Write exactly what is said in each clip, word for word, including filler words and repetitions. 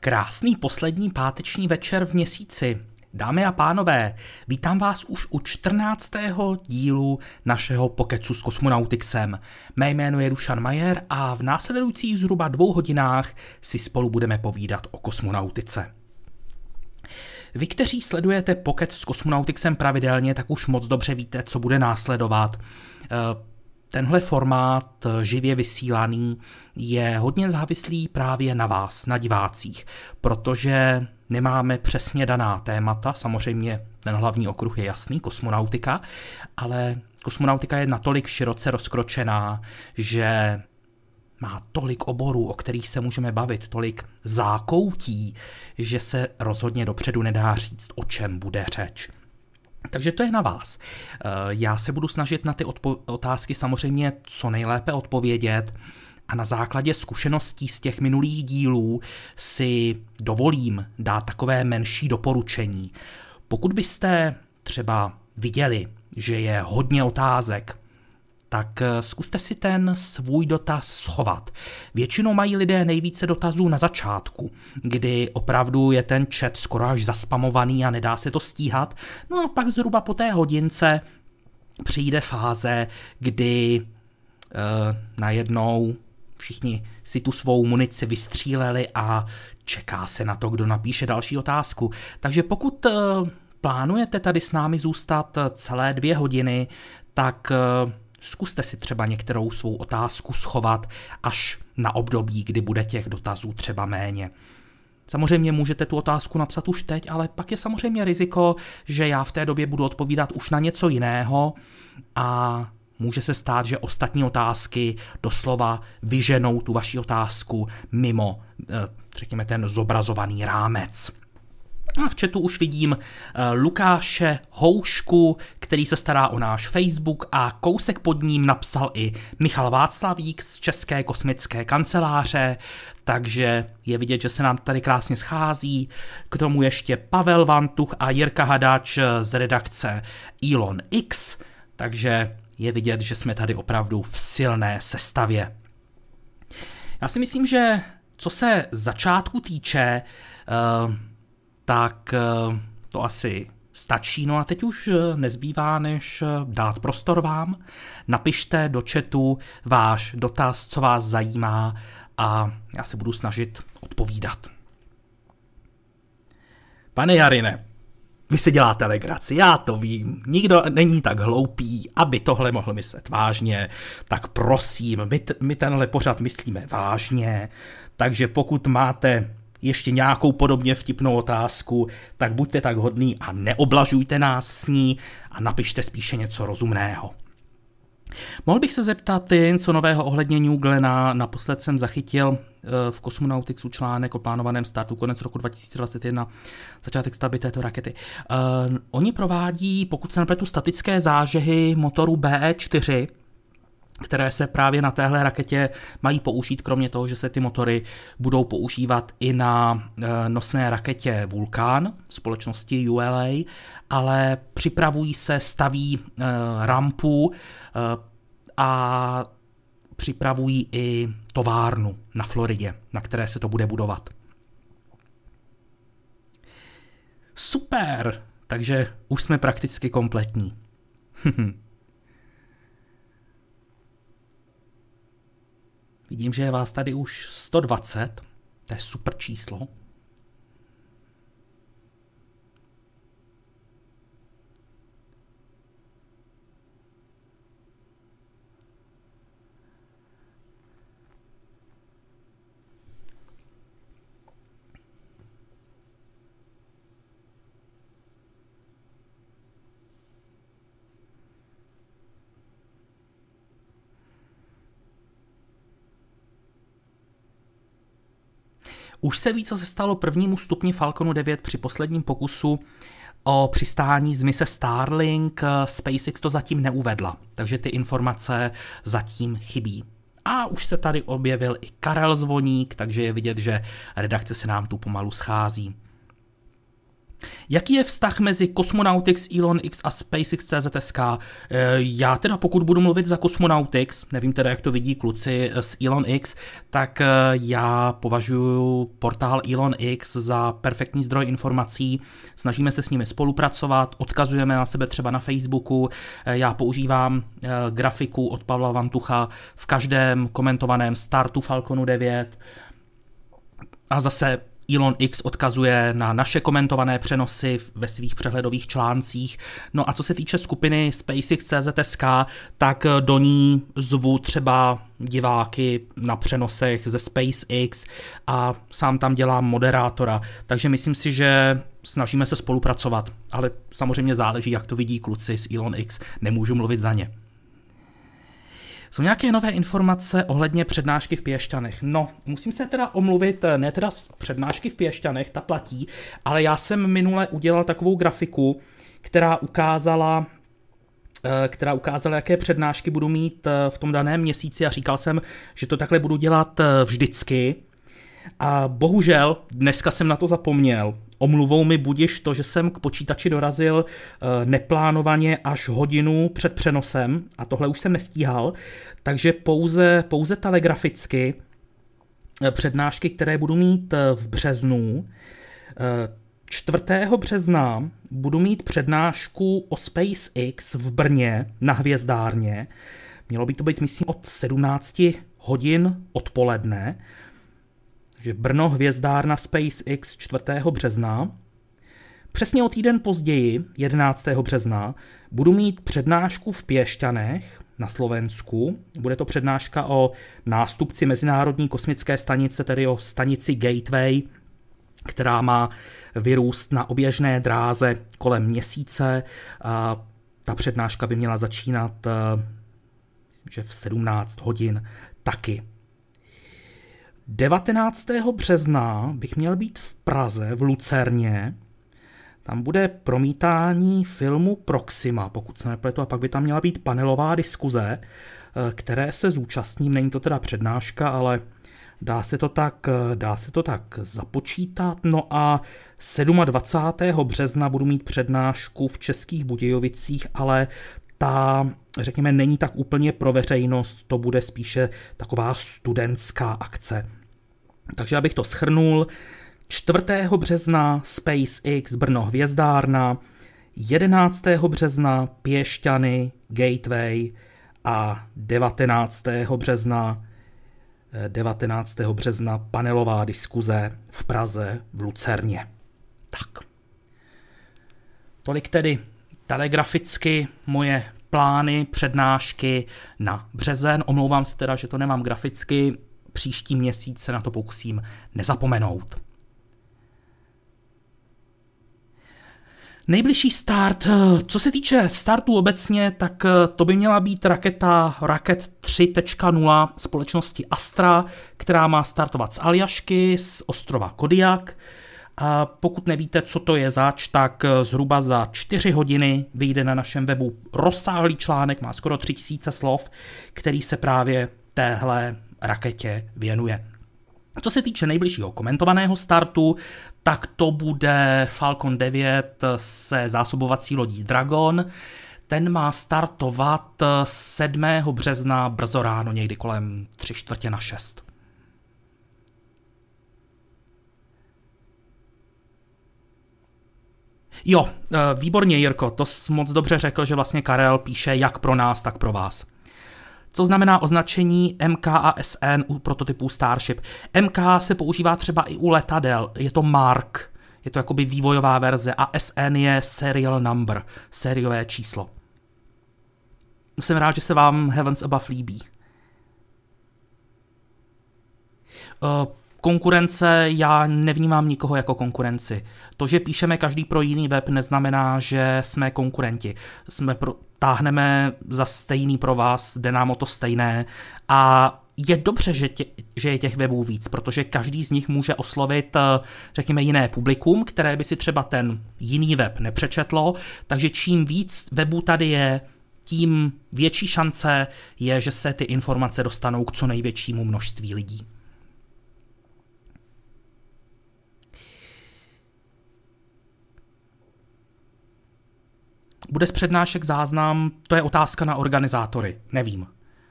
Krásný poslední páteční večer v měsíci. Dámy a pánové, vítám vás už u čtrnáctého dílu našeho pokecu s Cosmonauticsem. Mé jméno je Dušan Majer a v následujících zhruba dvou hodinách si spolu budeme povídat o kosmonautice. Vy, kteří sledujete pokec s Cosmonauticsem pravidelně, tak už moc dobře víte, co bude následovat. Tenhle formát živě vysílaný je hodně závislý právě na vás, na divácích, protože nemáme přesně daná témata, samozřejmě ten hlavní okruh je jasný, kosmonautika, ale kosmonautika je natolik široce rozkročená, že má tolik oborů, o kterých se můžeme bavit, tolik zákoutí, že se rozhodně dopředu nedá říct, o čem bude řeč. Takže to je na vás. Já se budu snažit na ty odpo- otázky samozřejmě co nejlépe odpovědět a na základě zkušeností z těch minulých dílů si dovolím dát takové menší doporučení. Pokud byste třeba viděli, že je hodně otázek, tak zkuste si ten svůj dotaz schovat. Většinou mají lidé nejvíce dotazů na začátku, kdy opravdu je ten chat skoro až zaspamovaný a nedá se to stíhat. No a pak zhruba po té hodince přijde fáze, kdy eh, najednou všichni si tu svou munici vystříleli a čeká se na to, kdo napíše další otázku. Takže pokud eh, plánujete tady s námi zůstat celé dvě hodiny, tak eh, zkuste si třeba některou svou otázku schovat až na období, kdy bude těch dotazů třeba méně. Samozřejmě můžete tu otázku napsat už teď, ale pak je samozřejmě riziko, že já v té době budu odpovídat už na něco jiného a může se stát, že ostatní otázky doslova vyženou tu vaši otázku mimo, řekněme, ten zobrazovaný rámec. A v chatu už vidím uh, Lukáše Houšku, který se stará o náš Facebook a kousek pod ním napsal i Michal Václavík z České kosmické kanceláře, takže je vidět, že se nám tady krásně schází. K tomu ještě Pavel Vantuch a Jirka Hadač z redakce Elon X, takže je vidět, že jsme tady opravdu v silné sestavě. Já si myslím, že co se začátku týče, uh, tak to asi stačí. No a teď už nezbývá, než dát prostor vám. Napište do chatu váš dotaz, co vás zajímá a já se budu snažit odpovídat. Pane Jarine, vy si děláte legraci, já to vím, nikdo není tak hloupý, aby tohle mohl myslet vážně, tak prosím, my, t- my tenhle pořad myslíme vážně, takže pokud máte ještě nějakou podobně vtipnou otázku, tak buďte tak hodný a neoblažujte nás s ní a napište spíše něco rozumného. Mohl bych se zeptat něco nového ohledně New Glenna. Naposled jsem zachytil v Cosmonauticsu článek o plánovaném startu konec roku dva tisíce dvacet jedna, začátek stavby této rakety. Uh, oni provádí, pokud se nepletu, statické zážehy motoru B E čtyři, které se právě na téhle raketě mají použít, kromě toho, že se ty motory budou používat i na e, nosné raketě Vulcan společnosti U L A, ale připravují se, staví e, rampu e, a připravují i továrnu na Floridě, na které se to bude budovat. Super, takže už jsme prakticky kompletní. Vidím, že je vás tady už sto dvacet, to je super číslo. Už se ví, co se stalo prvnímu stupni Falconu devět při posledním pokusu o přistání z mise Starlink. SpaceX to zatím neuvedla, takže ty informace zatím chybí. A už se tady objevil i Karel Zvoník, takže je vidět, že redakce se nám tu pomalu schází. Jaký je vztah mezi Cosmonautics, Elon X a SpaceX C Z S K? Já teda pokud budu mluvit za Cosmonautics, nevím teda, jak to vidí kluci z Elon X, tak já považuji portál Elon X za perfektní zdroj informací, snažíme se s nimi spolupracovat, odkazujeme na sebe třeba na Facebooku, já používám grafiku od Pavla Vantucha v každém komentovaném startu Falconu devět a zase Elon X odkazuje na naše komentované přenosy ve svých přehledových článcích. No a co se týče skupiny SpaceX C Z S K, tak do ní zvu třeba diváky na přenosech ze SpaceX a sám tam dělám moderátora. Takže myslím si, že snažíme se spolupracovat, ale samozřejmě záleží, jak to vidí kluci z Elon X, nemůžu mluvit za ně. Jsou nějaké nové informace ohledně přednášky v Piešťanech? No, musím se teda omluvit, ne teda z přednášky v Piešťanech, ta platí, ale já jsem minule udělal takovou grafiku, která ukázala, která ukázala, jaké přednášky budu mít v tom daném měsíci a říkal jsem, že to takhle budu dělat vždycky. A bohužel dneska jsem na to zapomněl. Omluvou mi budiš to, že jsem k počítači dorazil neplánovaně až hodinu před přenosem a tohle už jsem nestíhal, takže pouze, pouze telegraficky přednášky, které budu mít v březnu. čtvrtého března budu mít přednášku o SpaceX v Brně na Hvězdárně. Mělo by to být, myslím, od sedmnácti hodin odpoledne. Takže Brno, Hvězdárna, SpaceX čtvrtého března. Přesně o týden později, jedenáctého března, budu mít přednášku v Piešťanech na Slovensku. Bude to přednáška o nástupci Mezinárodní kosmické stanice, tedy o stanici Gateway, která má vyrůst na oběžné dráze kolem měsíce. A ta přednáška by měla začínat, myslím, že v sedmnáct hodin taky. devatenáctého března bych měl být v Praze, v Lucerně. Tam bude promítání filmu Proxima, pokud se nepletu, a pak by tam měla být panelová diskuze, které se zúčastním. Není to teda přednáška, ale dá se to tak, dá se to tak započítat. No a dvacátého sedmého března budu mít přednášku v Českých Budějovicích, ale ta, řekněme, není tak úplně pro veřejnost, to bude spíše taková studentská akce. Takže abych to shrnul, čtvrtého března SpaceX Brno Hvězdárna, jedenáctého března Piešťany Gateway a devatenáctého března devatenáctého března panelová diskuze v Praze v Lucerně. Tak. Tolik tedy telegraficky moje plány, přednášky na březen. Omlouvám se teda, že to nemám graficky, příští měsíc se na to pokusím nezapomenout. Nejbližší start, co se týče startu obecně, tak to by měla být raketa Rocket tři tečka nula společnosti Astra, která má startovat z Aljašky, z ostrova Kodiak. A pokud nevíte, co to je zač, tak zhruba za čtyři hodiny vyjde na našem webu rozsáhlý článek, má skoro tři tisíce slov, který se právě téhle raketě věnuje. Co se týče nejbližšího komentovaného startu, tak to bude Falcon devět se zásobovací lodí Dragon. Ten má startovat sedmého března brzo ráno, někdy kolem tři čtvrtě na šest. Jo, výborně, Jirko, to jsi moc dobře řekl, že vlastně Karel píše jak pro nás, tak pro vás. Co znamená označení M K a S N u prototypů Starship? M K se používá třeba i u letadel, je to mark, je to jakoby vývojová verze a S N je serial number, sériové číslo. Jsem rád, že se vám Heavens Above líbí. Uh, Konkurence, já nevnímám nikoho jako konkurenci. To, že píšeme každý pro jiný web, neznamená, že jsme konkurenti. Jsme pro, táhneme za stejný pro vás, jde nám o to stejné a je dobře, že, tě, že je těch webů víc, protože každý z nich může oslovit, řekněme, jiné publikum, které by si třeba ten jiný web nepřečetlo, takže čím víc webů tady je, tím větší šance je, že se ty informace dostanou k co největšímu množství lidí. bude z přednášek záznam, to je otázka na organizátory, nevím.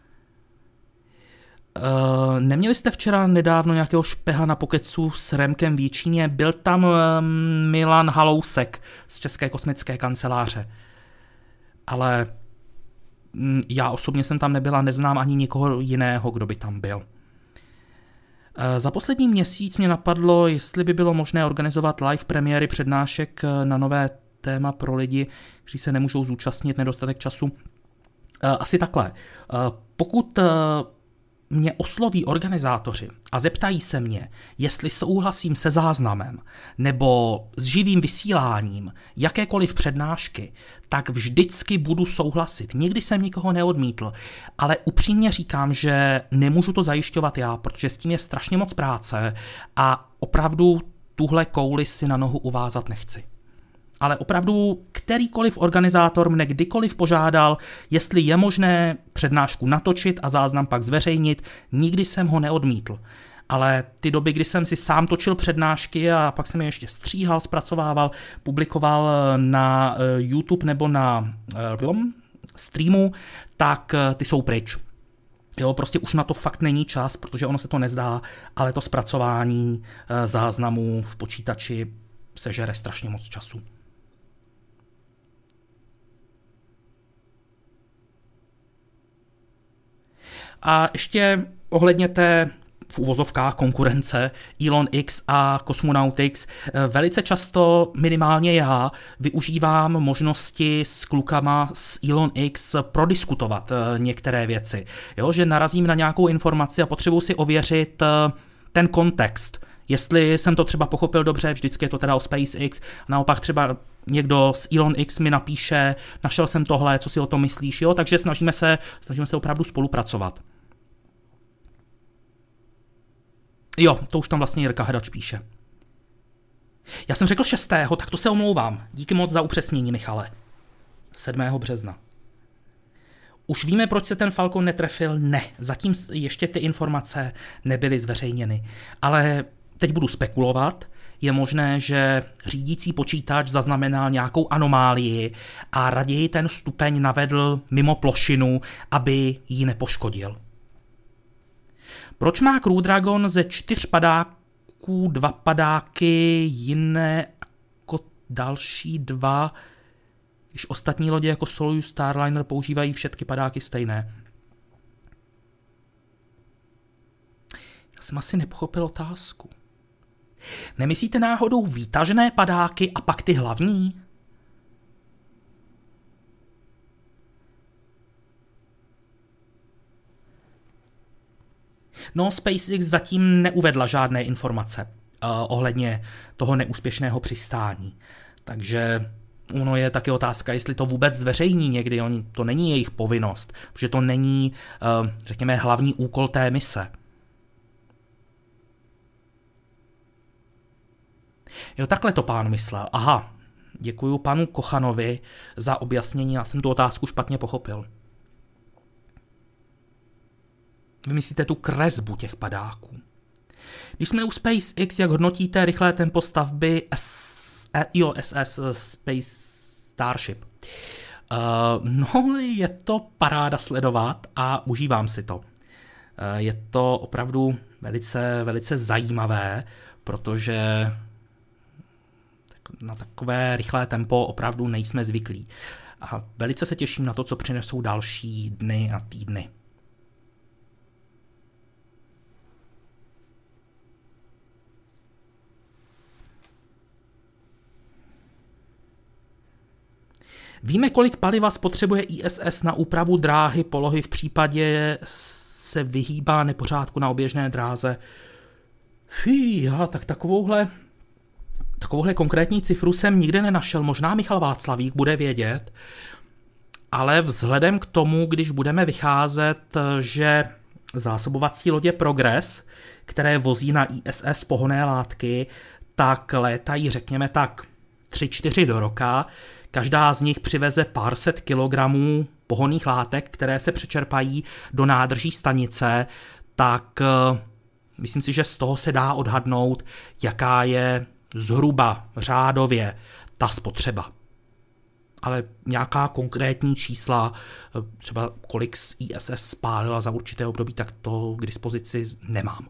Uh, neměli jste včera nedávno nějakého špeha na Pokecu s Remkem v Jičíně? Byl tam uh, Milan Halousek z České kosmické kanceláře. Ale um, já osobně jsem tam nebyl a neznám ani nikoho jiného, kdo by tam byl. Uh, za poslední měsíc mě napadlo, jestli by bylo možné organizovat live premiéry přednášek na nové téma pro lidi, kteří se nemůžou zúčastnit, nedostatek času. Uh, asi takhle. Uh, pokud uh, mě osloví organizátoři a zeptají se mě, jestli souhlasím se záznamem nebo s živým vysíláním jakékoliv přednášky, tak vždycky budu souhlasit. Nikdy jsem nikoho neodmítl, ale upřímně říkám, že nemůžu to zajišťovat já, protože s tím je strašně moc práce a opravdu tuhle kouli si na nohu uvázat nechci. Ale opravdu kterýkoliv organizátor mne kdykoliv požádal, jestli je možné přednášku natočit a záznam pak zveřejnit, nikdy jsem ho neodmítl. Ale ty doby, kdy jsem si sám točil přednášky a pak jsem je ještě stříhal, zpracovával, publikoval na YouTube nebo na uh, streamu, tak ty jsou pryč. Jo, prostě už na to fakt není čas, protože ono se to nezdá, ale to zpracování uh, záznamů v počítači sežere strašně moc času. A ještě ohledně té v uvozovkách konkurence Elon X a Cosmonautics, velice často, minimálně já, využívám možnosti s klukama z Elon X prodiskutovat některé věci. Jo, že narazím na nějakou informaci a potřebuji si ověřit ten kontext. Jestli jsem to třeba pochopil dobře, vždycky je to teda o SpaceX, naopak třeba někdo z Elon X mi napíše, našel jsem tohle, co si o tom myslíš, jo, takže snažíme se, snažíme se opravdu spolupracovat. Jo, to už tam vlastně Jirka Hrač píše. Já jsem řekl šestého, tak to se omlouvám. Díky moc za upřesnění, Michale. sedmého března. Už víme, proč se ten Falcon netrefil? Ne, zatím ještě ty informace nebyly zveřejněny. Ale teď budu spekulovat. Je možné, že řídící počítač zaznamenal nějakou anomálii a raději ten stupeň navedl mimo plošinu, aby ji nepoškodil. Proč má Crew Dragon ze čtyř padáků dva padáky jiné jako další dva, když ostatní lodě jako Soyuz Starliner používají všechny padáky stejné? Já jsem asi nepochopil otázku. Nemyslíte náhodou výtažné padáky a pak ty hlavní? No, SpaceX zatím neuvedla žádné informace uh, ohledně toho neúspěšného přistání. Takže ono je taky otázka, jestli to vůbec zveřejní někdy. Oni, to není jejich povinnost, protože to není, uh, řekněme, hlavní úkol té mise. Jo, takhle to pán myslel. Aha, děkuju panu Kochanovi za objasnění, já jsem tu otázku špatně pochopil. Vymyslíte tu kresbu těch padáků. Když jsme u SpaceX, jak hodnotíte rychlé tempo stavby S, I O S S Space Starship? Uh, no, je to paráda sledovat a užívám si to. Uh, je to opravdu velice, velice zajímavé, protože na takové rychlé tempo opravdu nejsme zvyklí. A velice se těším na to, co přinesou další dny a týdny. Víme, kolik paliva spotřebuje I S S na úpravu dráhy polohy v případě se vyhýbá nepořádku na oběžné dráze? Fí, já, tak takovouhle, takovouhle konkrétní cifru jsem nikde nenašel. Možná Michal Václavík bude vědět, ale vzhledem k tomu, když budeme vycházet, že zásobovací lodě Progress, které vozí na I S S pohonné látky, tak létají, řekněme tak, tři čtyři do roka. Každá z nich přiveze pár set kilogramů pohonných látek, které se přečerpají do nádrží stanice, tak uh, myslím si, že z toho se dá odhadnout, jaká je zhruba řádově ta spotřeba. ale nějaká konkrétní čísla, třeba kolik z I S S spálila za určité období, tak to k dispozici nemám.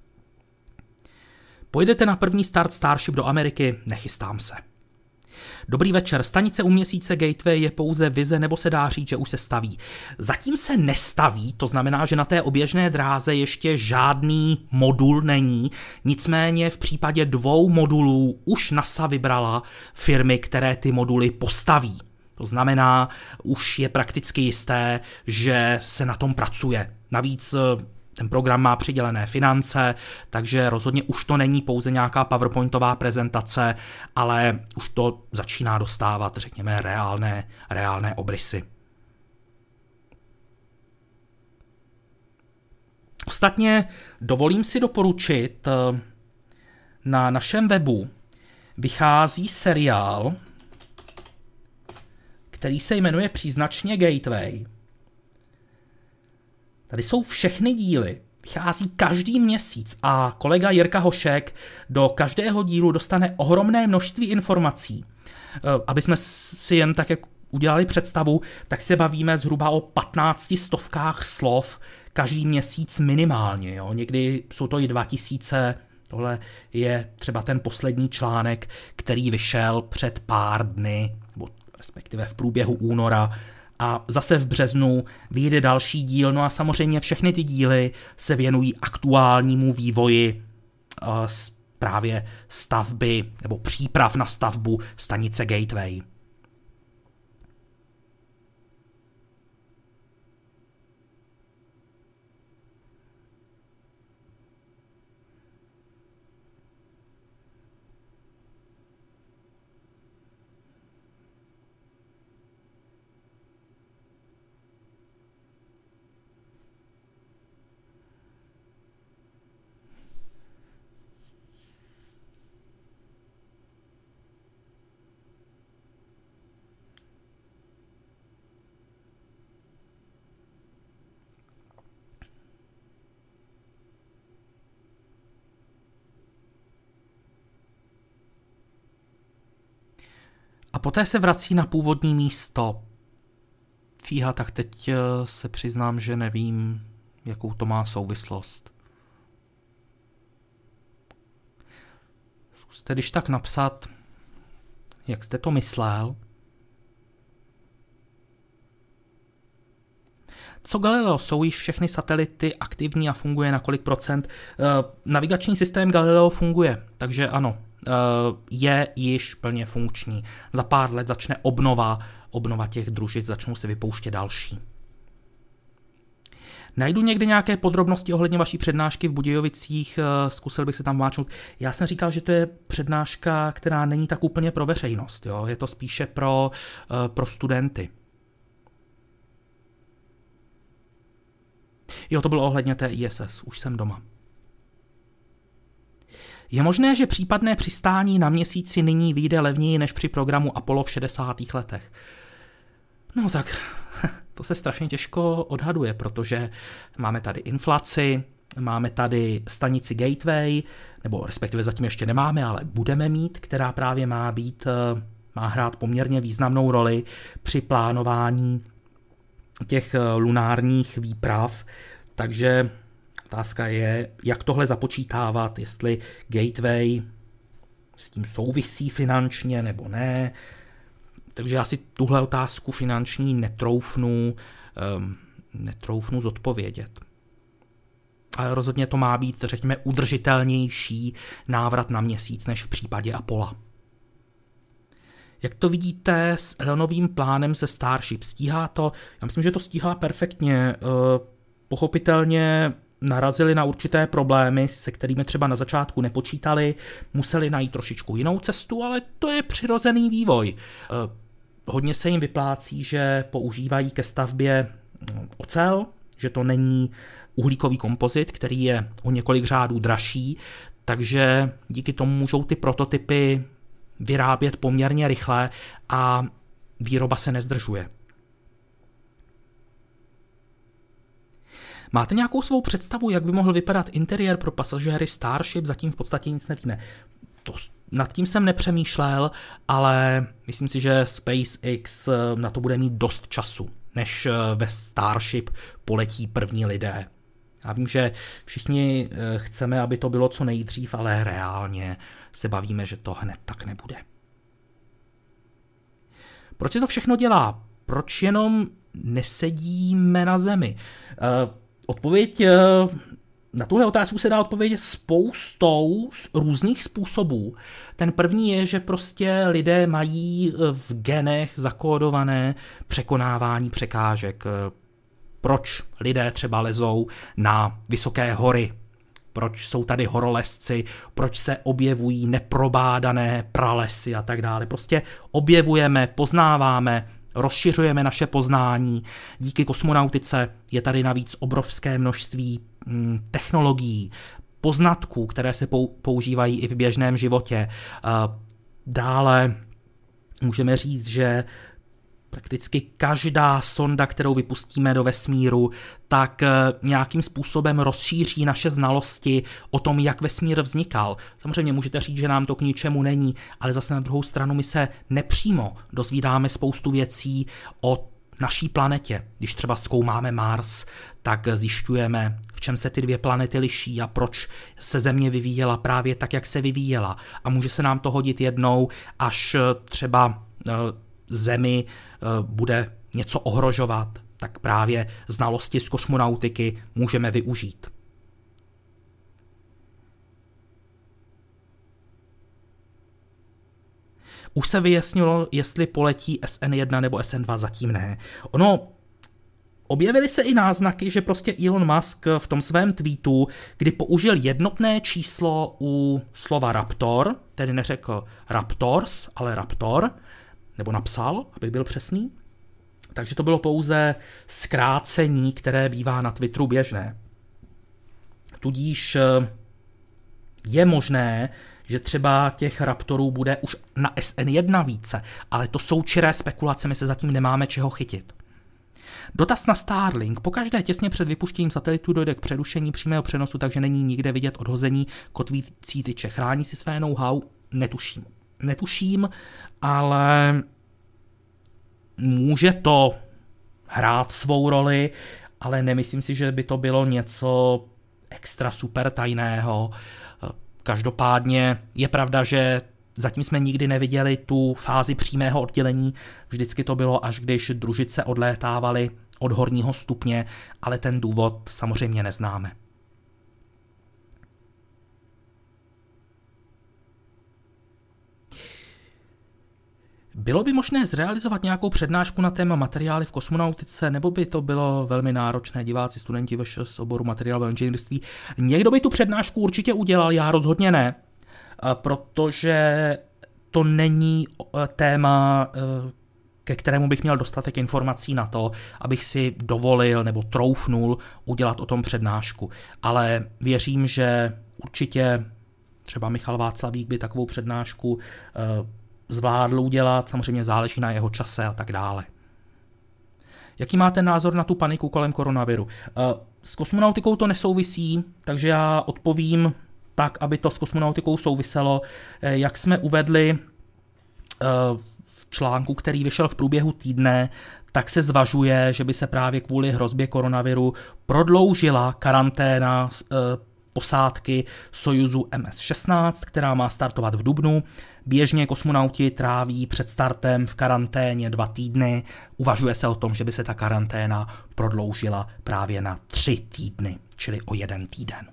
Pojedete na první start Starship do Ameriky? Nechystám se. Dobrý večer, stanice u Měsíce Gateway je pouze vize, nebo se dá říct, že už se staví? Zatím se nestaví, to znamená, že na té oběžné dráze ještě žádný modul není, nicméně v případě dvou modulů už NASA vybrala firmy, které ty moduly postaví. To znamená, už je prakticky jisté, že se na tom pracuje. Navíc ten program má přidělené finance, takže rozhodně už to není pouze nějaká PowerPointová prezentace, ale už to začíná dostávat, řekněme, reálné, reálné obrysy. Ostatně dovolím si doporučit, na našem webu vychází seriál, který se jmenuje příznačně Gateway. Tady jsou všechny díly, vychází každý měsíc a kolega Jirka Hošek do každého dílu dostane ohromné množství informací. Aby jsme si jen tak jak udělali představu, tak se bavíme zhruba o patnácti stovkách slov každý měsíc minimálně. Jo? Někdy jsou to i dva tisíce, tohle je třeba ten poslední článek, který vyšel před pár dny, nebo respektive v průběhu února, a zase v březnu vyjde další díl, no a samozřejmě všechny ty díly se věnují aktuálnímu vývoji uh, právě stavby nebo příprav na stavbu stanice Gateway. A poté se vrací na původní místo. Fíha, tak teď se přiznám, že nevím, jakou to má souvislost. Zkuste když tak napsat, jak jste to myslel. Co Galileo, jsou již všechny satelity aktivní a funguje na kolik procent? Uh, navigační systém Galileo funguje, takže ano, uh, je již plně funkční. Za pár let začne obnova, obnova těch družic, začnou se vypouštět další. Najdu někde nějaké podrobnosti ohledně vaší přednášky v Budějovicích, uh, zkusil bych se tam váčnout. Já jsem říkal, že to je přednáška, která není tak úplně pro veřejnost, jo? Je to spíše pro, uh, pro studenty. Jo, to bylo ohledně té I S S, už jsem doma. Je možné, že případné přistání na Měsíci nyní vyjde levněji než při programu Apollo v šedesátých letech? No tak, to se strašně těžko odhaduje, protože máme tady inflaci, máme tady stanici Gateway, nebo respektive zatím ještě nemáme, ale budeme mít, která právě má být, má hrát poměrně významnou roli při plánování těch lunárních výprav, takže otázka je, jak tohle započítávat, jestli Gateway s tím souvisí finančně nebo ne. Takže já si tuhle otázku finanční netroufnu, um, netroufnu zodpovědět. Ale rozhodně to má být, řekněme, udržitelnější návrat na Měsíc než v případě Apollo. Jak to vidíte s Elonovým plánem ze Starship? Stíhá to? Já myslím, že to stíhá perfektně. Pochopitelně narazili na určité problémy, se kterými třeba na začátku nepočítali, museli najít trošičku jinou cestu, ale to je přirozený vývoj. Hodně se jim vyplácí, že používají ke stavbě ocel, že to není uhlíkový kompozit, který je o několik řádů dražší, takže díky tomu můžou ty prototypy vyrábět poměrně rychle a výroba se nezdržuje. Máte nějakou svou představu, jak by mohl vypadat interiér pro pasažéry Starship? Zatím v podstatě nic nevíme. To nad tím jsem nepřemýšlel, ale myslím si, že SpaceX na to bude mít dost času, než ve Starship poletí první lidé. Já vím, že všichni chceme, aby to bylo co nejdřív, ale reálně se bavíme, že to hned tak nebude. Proč se to všechno dělá? Proč jenom nesedíme na zemi? Odpověď na tuhle otázku se dá odpovědět spoustou z různých způsobů. Ten první je, že prostě lidé mají v genech zakódované překonávání překážek. Proč lidé třeba lezou na vysoké hory? Proč jsou tady horolezci? Proč se objevují neprobádané pralesy a tak dále? Prostě objevujeme, poznáváme, rozšiřujeme naše poznání. Díky kosmonautice je tady navíc obrovské množství hm, technologií, poznatků, které se používají i v běžném životě. Dále můžeme říct, že prakticky každá sonda, kterou vypustíme do vesmíru, tak nějakým způsobem rozšíří naše znalosti o tom, jak vesmír vznikal. Samozřejmě můžete říct, že nám to k ničemu není, ale zase na druhou stranu my se nepřímo dozvídáme spoustu věcí o naší planetě. Když třeba zkoumáme Mars, tak zjišťujeme, v čem se ty dvě planety liší a proč se Země vyvíjela právě tak, jak se vyvíjela. A může se nám to hodit jednou, až třeba Zemi bude něco ohrožovat, tak právě znalosti z kosmonautiky můžeme využít. Už se vyjasnilo, jestli poletí S N jedna nebo S N dva, zatím ne. Ono, objevily se i náznaky, že prostě Elon Musk v tom svém tweetu, kdy použil jednotné číslo u slova Raptor, tedy neřekl Raptors, ale Raptor, nebo napsal, abych byl přesný, takže to bylo pouze zkrácení, které bývá na Twitteru běžné. Tudíž je možné, že třeba těch Raptorů bude už na S N jedna více, ale to jsou čiré spekulace, my se zatím nemáme čeho chytit. Dotaz na Starlink. Pokaždé těsně před vypuštěním satelitu dojde k přerušení přímého přenosu, takže není nikde vidět odhození kotvící tyče. Chrání si své know-how? Netuším. Netuším, ale může to hrát svou roli, ale nemyslím si, že by to bylo něco extra super tajného. Každopádně je pravda, že zatím jsme nikdy neviděli tu fázi přímého oddělení, vždycky to bylo, až když družice odlétávaly od horního stupně, ale ten důvod samozřejmě neznáme. Bylo by možné zrealizovat nějakou přednášku na téma materiály v kosmonautice, nebo by to bylo velmi náročné, diváci, studenti z oboru materiálového inženýrství? Někdo by tu přednášku určitě udělal, já rozhodně ne, protože to není téma, ke kterému bych měl dostatek informací na to, abych si dovolil nebo troufnul udělat o tom přednášku. Ale věřím, že určitě třeba Michal Václavík by takovou přednášku zvládl udělat, samozřejmě záleží na jeho čase a tak dále. Jaký máte názor na tu paniku kolem koronaviru? S kosmonautikou to nesouvisí, takže já odpovím tak, aby to s kosmonautikou souviselo. Jak jsme uvedli v článku, který vyšel v průběhu týdne, tak se zvažuje, že by se právě kvůli hrozbě koronaviru prodloužila karanténa posádky Sojuzu M S šestnáct, která má startovat v dubnu. Běžně kosmonauti tráví před startem v karanténě dva týdny. Uvažuje se o tom, že by se ta karanténa prodloužila právě na tři týdny, čili o jeden týden.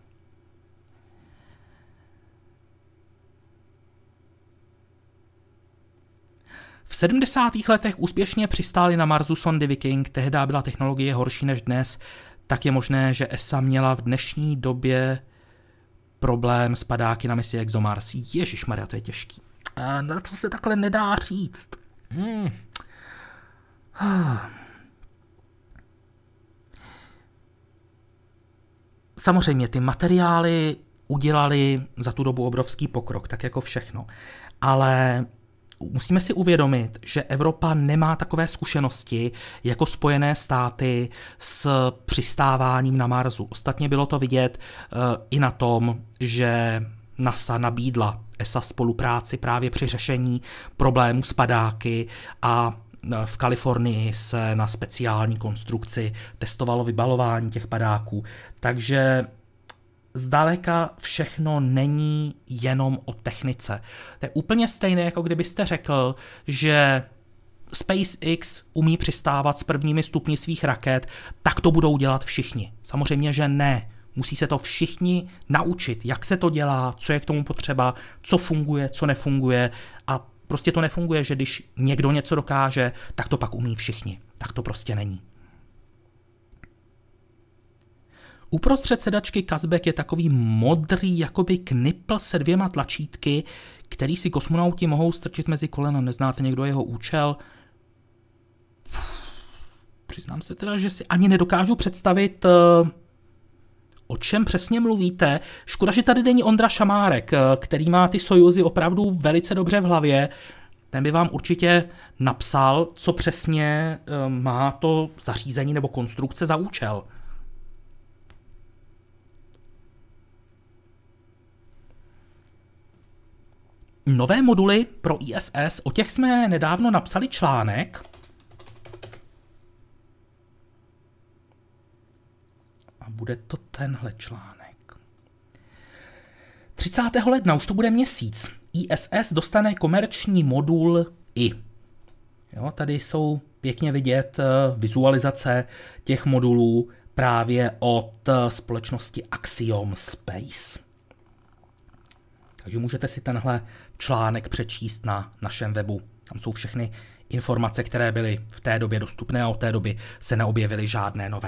V sedmdesátých letech úspěšně přistály na Marsu sondy Viking, tehdy byla technologie horší než dnes, tak je možné, že E S A měla v dnešní době problém s padáky na misi ExoMars. Ježišmarja, to je těžký. A na to se takhle nedá říct. Hmm. Samozřejmě ty materiály udělali za tu dobu obrovský pokrok, tak jako všechno. Ale musíme si uvědomit, že Evropa nemá takové zkušenosti jako Spojené státy s přistáváním na Marsu. Ostatně bylo to vidět uh, i na tom, že NASA nabídla E S A spolupráci právě při řešení problémů s padáky a v Kalifornii se na speciální konstrukci testovalo vybalování těch padáků. Takže zdaleka všechno není jenom o technice. To je úplně stejné, jako kdybyste řekl, že SpaceX umí přistávat s prvními stupni svých raket, tak to budou dělat všichni. Samozřejmě, že ne. Musí se to všichni naučit, jak se to dělá, co je k tomu potřeba, co funguje, co nefunguje a prostě to nefunguje, že když někdo něco dokáže, tak to pak umí všichni. Tak to prostě není. Uprostřed sedačky Kazbek je takový modrý jakoby knipl se dvěma tlačítky, který si kosmonauti mohou strčit mezi kolena. Neznáte někdo jeho účel? Přiznám se teda, že si ani nedokážu představit, o čem přesně mluvíte. Škoda, že tady není Ondra Šamárek, který má ty Sojuzy opravdu velice dobře v hlavě. Ten by vám určitě napsal, co přesně má to zařízení nebo konstrukce za účel. Nové moduly pro I S S, o těch jsme nedávno napsali článek. A bude to tenhle článek. třicátého ledna, už to bude měsíc. I S S dostane komerční modul I. Jo, tady jsou pěkně vidět vizualizace těch modulů právě od společnosti Axiom Space. Takže můžete si tenhle článek přečíst na našem webu. Tam jsou všechny informace, které byly v té době dostupné a od té doby se neobjevily žádné nové.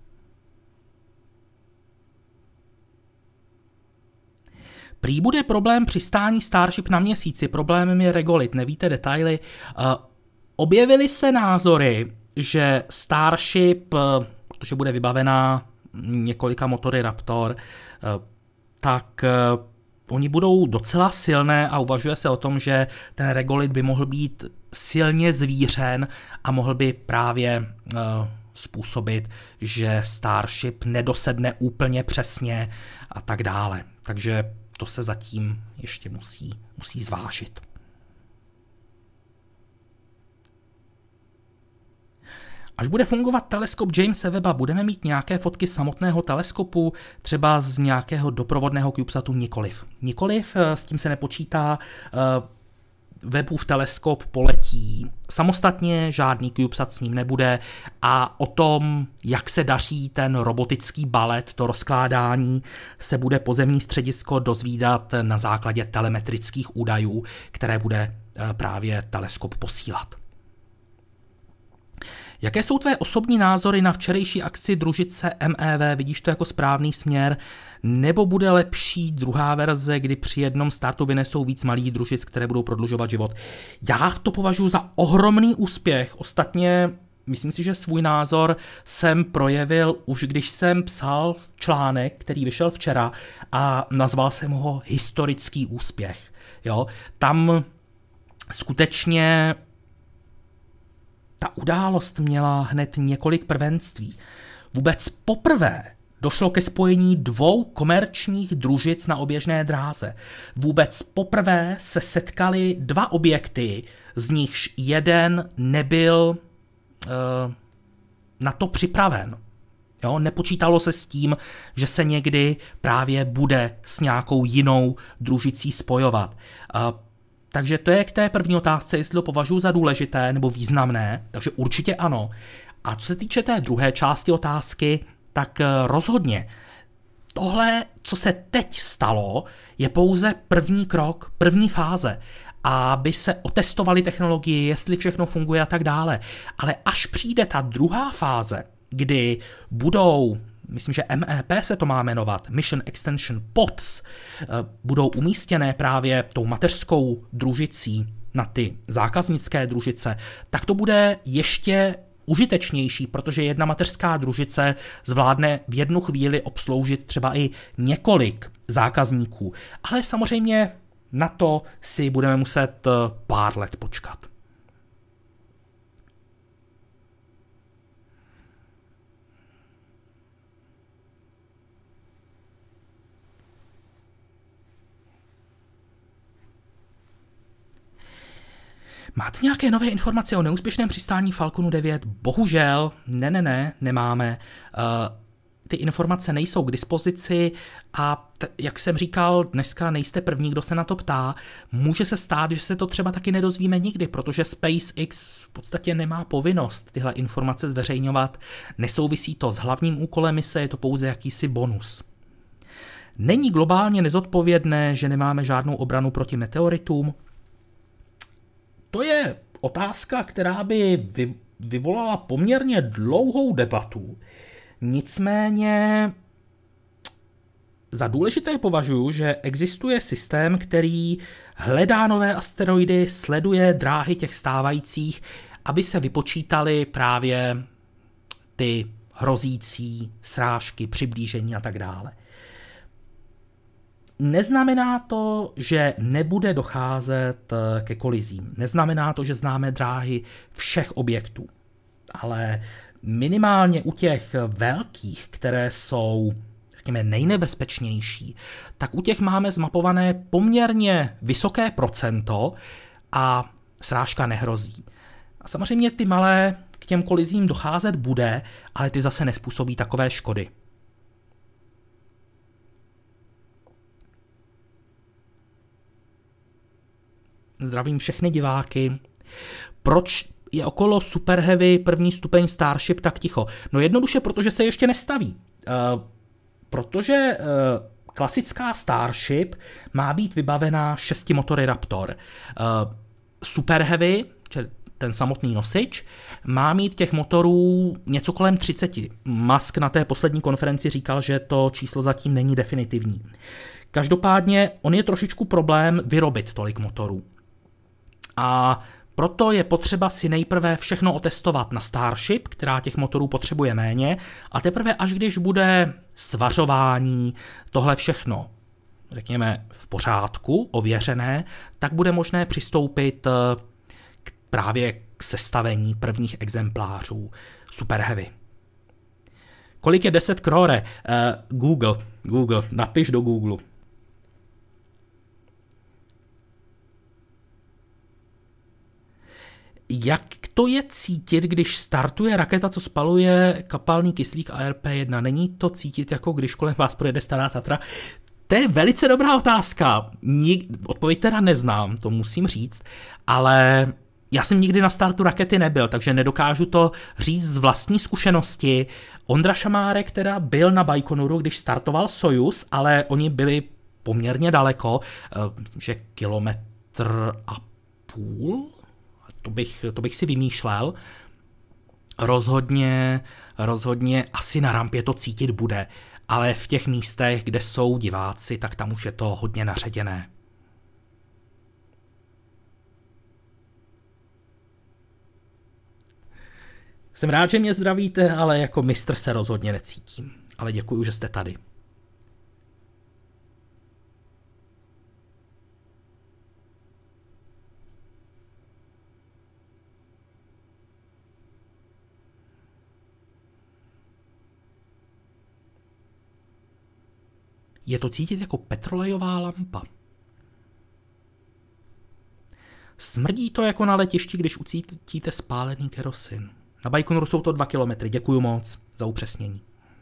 Prý bude problém přistání Starship na měsíci, problémem je regolit, nevíte detaily. Uh, objevily se názory, že Starship, uh, protože bude vybavená několika motory Raptor, uh, tak uh, oni budou docela silné a uvažuje se o tom, že ten regolit by mohl být silně zvířen a mohl by právě uh, způsobit, že Starship nedosedne úplně přesně a tak dále. Takže to se zatím ještě musí, musí zvážit. Až bude fungovat teleskop Jamese Webba, budeme mít nějaké fotky samotného teleskopu, třeba z nějakého doprovodného CubeSatu? Nikoliv. Nikoliv, s tím se nepočítá. Webbův teleskop poletí samostatně, žádný CubeSat s ním nebude a o tom, jak se daří ten robotický balet, to rozkládání, se bude pozemní středisko dozvídat na základě telemetrických údajů, které bude právě teleskop posílat. Jaké jsou tvé osobní názory na včerejší akci družice M E V? Vidíš to jako správný směr? Nebo bude lepší druhá verze, kdy při jednom startu vynesou víc malých družic, které budou prodlužovat život? Já to považuji za ohromný úspěch. Ostatně myslím si, že svůj názor jsem projevil už když jsem psal článek, který vyšel včera a nazval jsem ho historický úspěch. Jo? Tam skutečně ta událost měla hned několik prvenství. Vůbec poprvé došlo ke spojení dvou komerčních družic na oběžné dráze. Vůbec poprvé se setkaly dva objekty, z nichž jeden nebyl uh, na to připraven. Jo? Nepočítalo se s tím, že se někdy právě bude s nějakou jinou družicí spojovat. Uh, Takže to je k té první otázce, jestli to považuji za důležité nebo významné, takže určitě ano. A co se týče té druhé části otázky, tak rozhodně. Tohle, co se teď stalo, je pouze první krok, první fáze, aby se otestovaly technologie, jestli všechno funguje a tak dále. Ale až přijde ta druhá fáze, kdy budou, myslím, že M E P se to má jmenovat, Mission Extension Pods, budou umístěné právě tou mateřskou družicí na ty zákaznické družice, tak to bude ještě užitečnější, protože jedna mateřská družice zvládne v jednu chvíli obsloužit třeba i několik zákazníků. Ale samozřejmě na to si budeme muset pár let počkat. Máte nějaké nové informace o neúspěšném přistání Falconu devět? Bohužel, ne, ne, ne, nemáme. Uh, ty informace nejsou k dispozici a t- jak jsem říkal, dneska nejste první, kdo se na to ptá. Může se stát, že se to třeba taky nedozvíme nikdy, protože SpaceX v podstatě nemá povinnost tyhle informace zveřejňovat. Nesouvisí to s hlavním úkolem mise, je to pouze jakýsi bonus. Není globálně nezodpovědné, že nemáme žádnou obranu proti meteoritům? To je otázka, která by vy, vyvolala poměrně dlouhou debatu. Nicméně za důležité považuji, že existuje systém, který hledá nové asteroidy, sleduje dráhy těch stávajících, aby se vypočítaly právě ty hrozící srážky, přiblížení a tak dále. Neznamená to, že nebude docházet ke kolizím. Neznamená to, že známe dráhy všech objektů. Ale minimálně u těch velkých, které jsou, řekněme, nejnebezpečnější, tak u těch máme zmapované poměrně vysoké procento a srážka nehrozí. A samozřejmě ty malé k těm kolizím docházet bude, ale ty zase nespůsobí takové škody. Zdravím všechny diváky. Proč je okolo Super Heavy první stupeň Starship tak ticho? No jednoduše, protože se ještě nestaví. Uh, protože uh, klasická Starship má být vybavená šesti motory Raptor. Uh, Super Heavy, čili ten samotný nosič, má mít těch motorů něco kolem třiceti. Musk na té poslední konferenci říkal, že to číslo zatím není definitivní. Každopádně on je trošičku problém vyrobit tolik motorů. A proto je potřeba si nejprve všechno otestovat na Starship, která těch motorů potřebuje méně, a teprve až když bude svařování, tohle všechno, řekněme, v pořádku, ověřené, tak bude možné přistoupit k, právě k sestavení prvních exemplářů Super Heavy. Kolik je deset krore? Uh, Google, Google, napiš do Google. Jak to je cítit, když startuje raketa, co spaluje kapalný kyslík A R P jedna? Není to cítit, jako když kolem vás projede stará Tatra? To je velice dobrá otázka. Nik- Odpověď teda neznám, to musím říct, ale já jsem nikdy na startu rakety nebyl, takže nedokážu to říct z vlastní zkušenosti. Ondra Šamárek teda byl na Bajkonuru, když startoval Sojuz, ale oni byli poměrně daleko, že kilometr a půl? To bych, to bych si vymýšlel. Rozhodně, rozhodně asi na rampě to cítit bude, ale v těch místech, kde jsou diváci, tak tam už je to hodně naředěné. Jsem rád, že mě zdravíte, ale jako mistr se rozhodně necítím. Ale děkuju, že jste tady. Je to cítit jako petrolejová lampa. Smrdí to jako na letišti, když ucítíte spálený kerosin. Na Bajkonuru jsou to dva kilometry. Děkuju moc za upřesnění.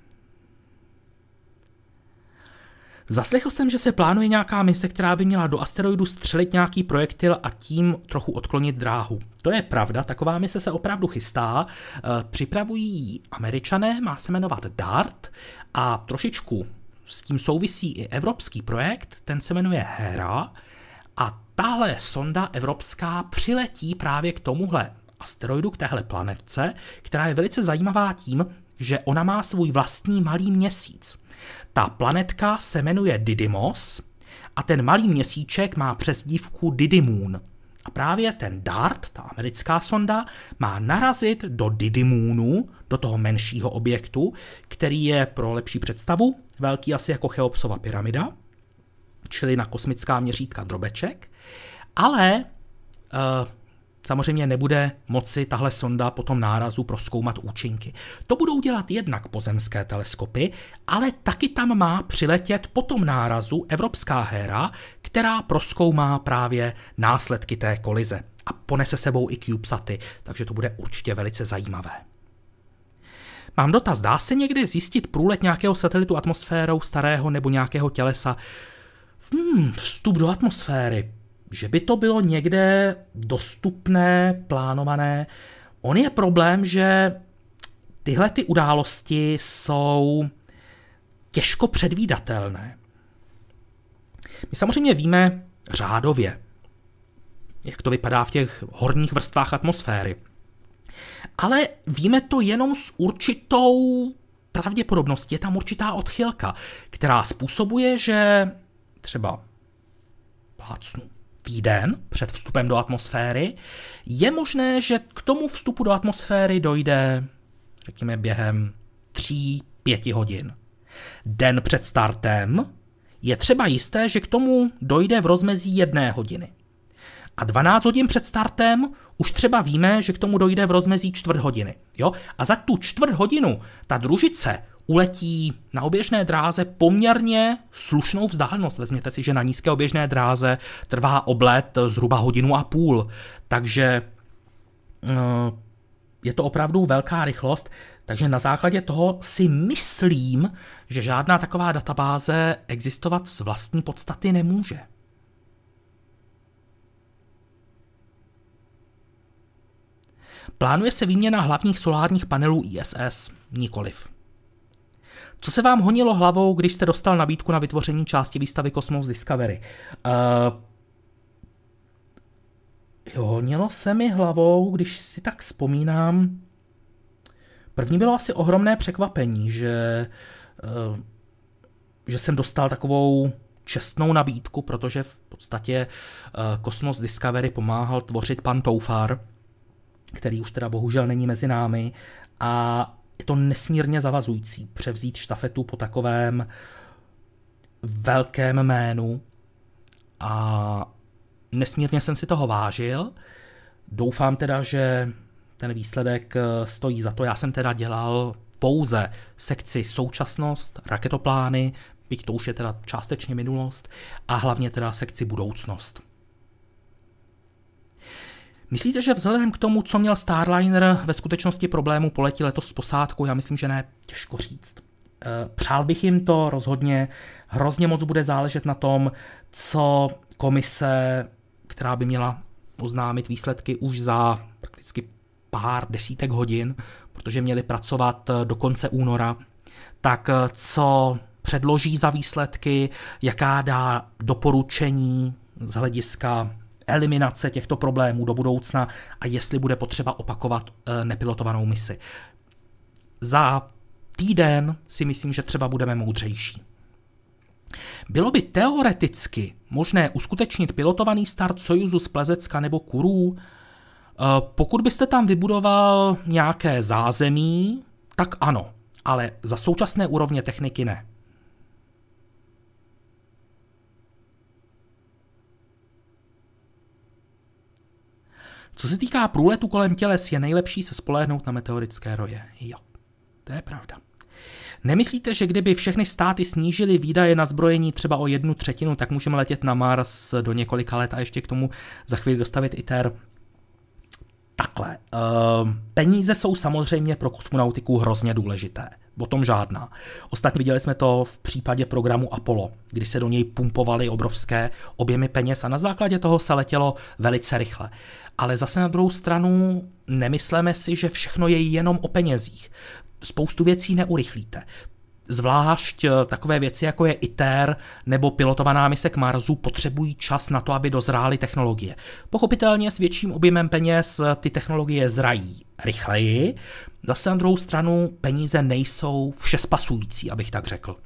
Zaslechl jsem, že se plánuje nějaká mise, která by měla do asteroidu střelit nějaký projektil a tím trochu odklonit dráhu. To je pravda, taková mise se opravdu chystá. Připravují Američané, má se jmenovat DART a trošičku s tím souvisí i evropský projekt, ten se jmenuje Hera a tahle sonda evropská přiletí právě k tomuhle asteroidu, k téhle planetce, která je velice zajímavá tím, že ona má svůj vlastní malý měsíc. Ta planetka se jmenuje Didymos a ten malý měsíček má přezdívku Didymoon. A právě ten DART, ta americká sonda, má narazit do Didymoonu, do toho menšího objektu, který je pro lepší představu velký asi jako Cheopsova pyramida, čili na kosmická měřítka drobeček, ale uh, samozřejmě nebude moci tahle sonda po tom nárazu prozkoumat účinky. To budou dělat jednak pozemské teleskopy, ale taky tam má přiletět po tom nárazu evropská Hera, která prozkoumá právě následky té kolize. a ponese sebou i CubeSaty, takže to bude určitě velice zajímavé. Mám dotaz, dá se někdy zjistit průlet nějakého satelitu atmosférou starého nebo nějakého tělesa? Hmm, vstup do atmosféry. Že by to bylo někde dostupné, plánované. On je problém, že tyhle ty události jsou těžko předvídatelné. My samozřejmě víme řádově, jak to vypadá v těch horních vrstvách atmosféry. Ale víme to jenom s určitou pravděpodobností. Je tam určitá odchylka, která způsobuje, že třeba plácnu týden před vstupem do atmosféry, je možné, že k tomu vstupu do atmosféry dojde, řekněme, během tří pěti hodin. Den před startem je třeba jisté, že k tomu dojde v rozmezí jedné hodiny. A dvanáct hodin před startem už třeba víme, že k tomu dojde v rozmezí čtvrt hodiny. Jo? A za tu čtvrt hodinu ta družice uletí na oběžné dráze poměrně slušnou vzdálenost. Vezměte si, že na nízké oběžné dráze trvá oblet zhruba hodinu a půl. Takže je to opravdu velká rychlost. Takže na základě toho si myslím, že žádná taková databáze existovat z vlastní podstaty nemůže. Plánuje se výměna hlavních solárních panelů I S S? Nikoliv. Co se vám honilo hlavou, když jste dostal nabídku na vytvoření části výstavy Cosmos Discovery? Uh, jo, honilo se mi hlavou, když si tak vzpomínám. První bylo asi ohromné překvapení, že, uh, že jsem dostal takovou čestnou nabídku, protože v podstatě uh, Cosmos Discovery pomáhal tvořit pan Toufar, který už teda bohužel není mezi námi, a je to nesmírně zavazující převzít štafetu po takovém velkém jménu a nesmírně jsem si toho vážil. Doufám teda, že ten výsledek stojí za to. Já jsem teda dělal pouze sekci současnost, raketoplány, byť to už je teda částečně minulost, a hlavně teda sekci budoucnost. Myslíte, že vzhledem k tomu, co měl Starliner, ve skutečnosti problému poletí letos s posádkou? Já myslím, že ne, těžko říct. Přál bych jim to rozhodně, hrozně moc bude záležet na tom, co komise, která by měla oznámit výsledky už za prakticky pár desítek hodin, protože měli pracovat do konce února, tak co předloží za výsledky, jaká dá doporučení z hlediska eliminace těchto problémů do budoucna a jestli bude potřeba opakovat e, nepilotovanou misi. Za týden si myslím, že třeba budeme moudřejší. Bylo by teoreticky možné uskutečnit pilotovaný start Sojuzu z Plezecka nebo Kurů? E, pokud byste tam vybudoval nějaké zázemí, tak ano, ale za současné úrovně techniky ne. Co se týká průletu kolem těles, je nejlepší se spolehnout na meteorické roje. Jo, to je pravda. Nemyslíte, že kdyby všechny státy snížily výdaje na zbrojení třeba o jednu třetinu, tak můžeme letět na Mars do několika let a ještě k tomu za chvíli dostavit ITER? Takhle. Uh, peníze jsou samozřejmě pro kosmonautiku hrozně důležité. O tom žádná. Ostatně viděli jsme to v případě programu Apollo, kdy se do něj pumpovaly obrovské objemy peněz a na základě toho se letělo velice rychle. Ale zase na druhou stranu nemyslíme si, že všechno je jenom o penězích. Spoustu věcí neurychlíte. Zvlášť takové věci, jako je ITER nebo pilotovaná mise k Marsu, potřebují čas na to, aby dozrály technologie. Pochopitelně s větším objemem peněz ty technologie zrají rychleji, zase na druhou stranu peníze nejsou všespasující, abych tak řekl.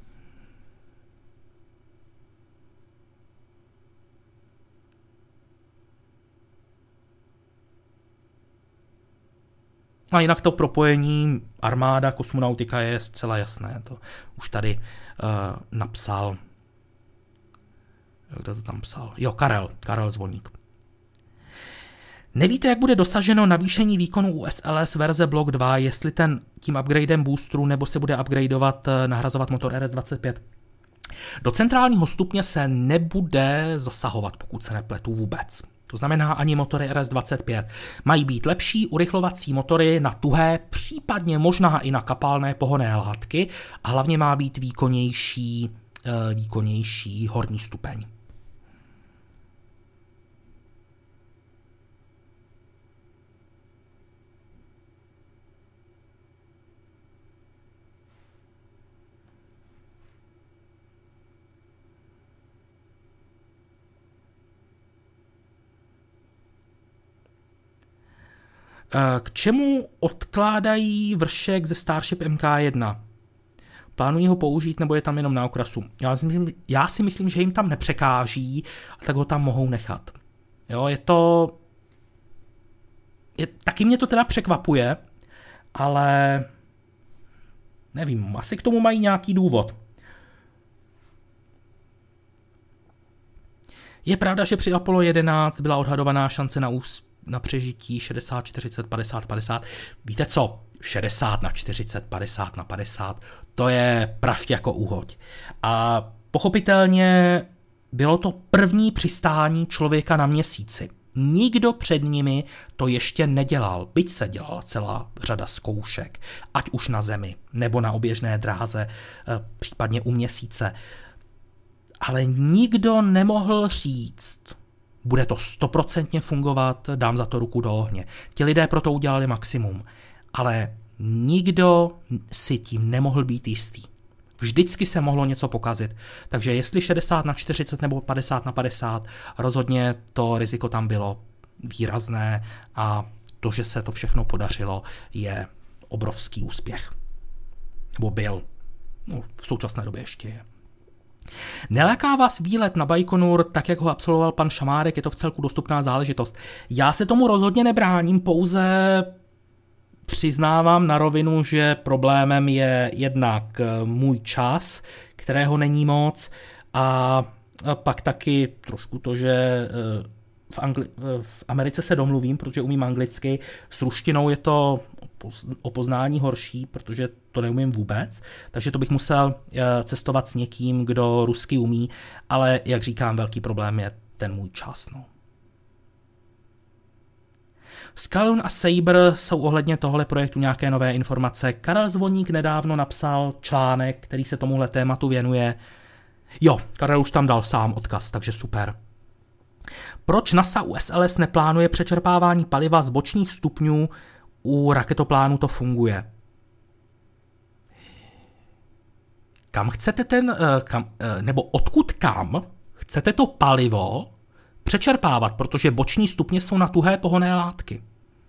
A jinak to propojení armáda, kosmonautika je zcela jasné. To už tady uh, napsal, kdo to tam psal? Jo, Karel, Karel Zvoník. Nevíte, jak bude dosaženo navýšení výkonu u S L S verze Block dva, jestli ten tím upgradem boosteru, nebo se bude upgradeovat, nahrazovat motor R S dvacet pět? Do centrálního stupně se nebude zasahovat, pokud se nepletu vůbec. To znamená ani motory R S dvacet pět. Mají být lepší urychlovací motory na tuhé, případně možná i na kapalné pohonné látky a hlavně má být výkonnější, výkonnější horní stupeň. K čemu odkládají vršek ze Starship M K jedna? Plánují ho použít, nebo je tam jenom na okrasu? Já si myslím, já si myslím že jim tam nepřekáží, tak ho tam mohou nechat. Jo, je to... Je, taky mě to teda překvapuje, ale... Nevím, asi k tomu mají nějaký důvod. Je pravda, že při Apollo jedenáct byla odhadovaná šance na úspěch na přežití šedesát, čtyřicet, padesát, padesát. Víte co? šedesát na čtyřicet, padesát na padesát. To je prašť jako uhoď. A pochopitelně bylo to první přistání člověka na měsíci. Nikdo před nimi to ještě nedělal, byť se dělala celá řada zkoušek, ať už na Zemi, nebo na oběžné dráze, případně u měsíce. Ale nikdo nemohl říct, bude to stoprocentně fungovat, dám za to ruku do ohně. Ti lidé proto udělali maximum, ale nikdo si tím nemohl být jistý. Vždycky se mohlo něco pokazit, takže jestli šedesát na čtyřicet nebo padesát na padesát, rozhodně to riziko tam bylo výrazné a to, že se to všechno podařilo, je obrovský úspěch. Nebo byl. No, v současné době ještě je. Neláká vás výlet na Bajkonur, tak jak ho absolvoval pan Šamárek, je to v celku dostupná záležitost. Já se tomu rozhodně nebráním, pouze přiznávám na rovinu, že problémem je jednak můj čas, kterého není moc, a pak taky trošku to, že v, Angli- v Americe se domluvím, protože umím anglicky, s ruštinou je to o poznání horší, protože to neumím vůbec, takže to bych musel cestovat s někým, kdo rusky umí, ale jak říkám, velký problém je ten můj čas. No. Skalun a Saber jsou ohledně tohle projektu nějaké nové informace. Karel Zvoník nedávno napsal článek, který se tomuhle tématu věnuje. Jo, Karel už tam dal sám odkaz, takže super. Proč NASA u S L S neplánuje přečerpávání paliva z bočních stupňů? U raketoplánu to funguje. Kam chcete ten, kam, nebo odkud kam chcete to palivo přečerpávat, protože boční stupně jsou na tuhé pohonné látky.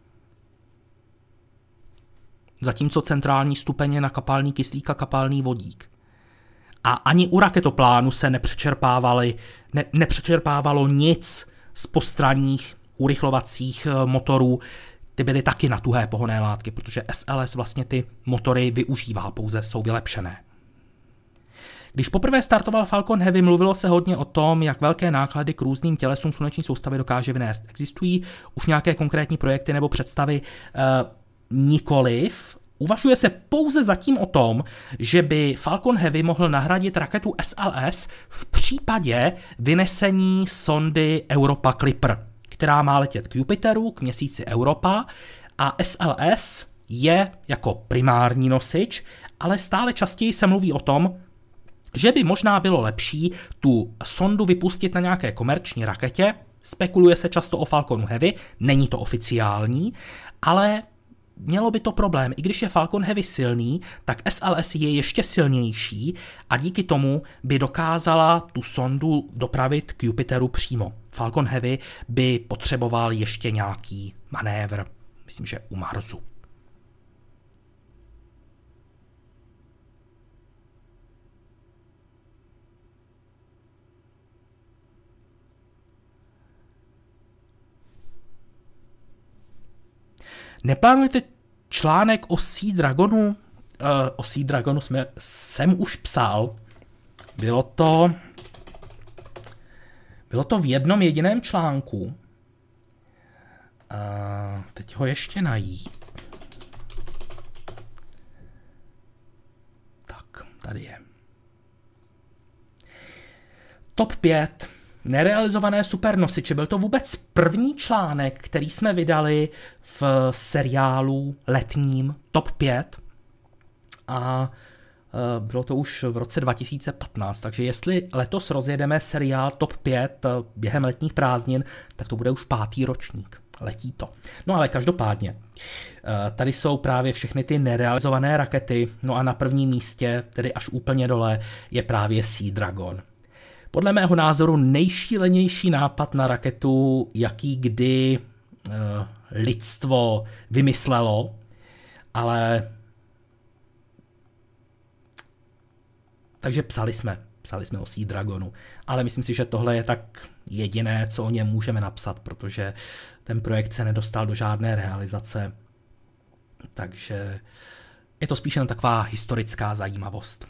Zatímco centrální stupeň je na kapalný kyslík a kapalný vodík. A ani u raketoplánu se nepřečerpávali, ne, nepřečerpávalo nic z postranních urychlovacích motorů. Ty byly taky na tuhé pohonné látky, protože S L S vlastně ty motory využívá, pouze jsou vylepšené. Když poprvé startoval Falcon Heavy, mluvilo se hodně o tom, jak velké náklady k různým tělesům sluneční soustavy dokáže vynést. Existují už nějaké konkrétní projekty nebo představy? E, nikoliv. Uvažuje se pouze zatím o tom, že by Falcon Heavy mohl nahradit raketu S L S v případě vynesení sondy Europa Clipper, která má letět k Jupiteru, k měsíci Europa, a S L S je jako primární nosič, ale stále častěji se mluví o tom, že by možná bylo lepší tu sondu vypustit na nějaké komerční raketě. Spekuluje se často o Falconu Heavy, není to oficiální, ale mělo by to problém. I když je Falcon Heavy silný, tak S L S je ještě silnější a díky tomu by dokázala tu sondu dopravit k Jupiteru přímo. Falcon Heavy by potřeboval ještě nějaký manévr, myslím, že u Marsu. Neplánujete článek o Sea Dragonu? Uh, o Sea Dragonu jsme, jsem už psal. Bylo to, bylo to v jednom jediném článku. Uh, teď ho ještě najít. Tak, tady je. Top pět Nerealizované supernosiče. Byl to vůbec první článek, který jsme vydali v seriálu letním Top pět a bylo to už v roce dva tisíce patnáct, takže jestli letos rozjedeme seriál Top pět během letních prázdnin, tak to bude už pátý ročník. Letí to. No ale každopádně, tady jsou právě všechny ty nerealizované rakety, no a na prvním místě, tedy až úplně dole, je právě Sea Dragon. Podle mého názoru nejšílenější nápad na raketu, jaký kdy uh, lidstvo vymyslelo, ale takže psali jsme, psali jsme o Sea Dragonu, ale myslím si, že tohle je tak jediné, co o něm můžeme napsat, protože ten projekt se nedostal do žádné realizace, takže je to spíš jen taková historická zajímavost.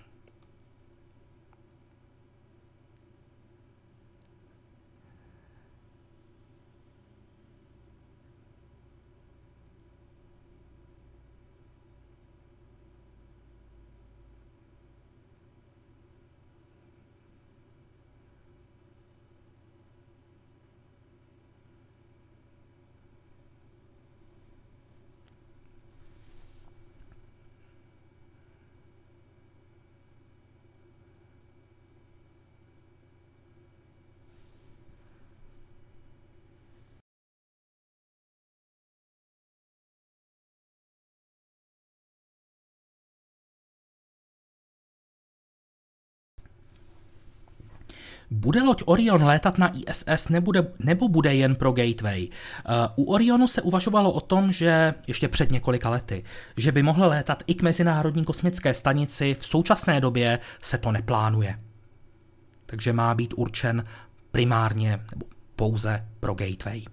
Bude loď Orion létat na I S S nebude, nebo bude jen pro Gateway? Uh, u Orionu se uvažovalo o tom, že ještě před několika lety, že by mohl létat i k Mezinárodní kosmické stanici, v současné době se to neplánuje. Takže má být určen primárně nebo pouze pro Gateway.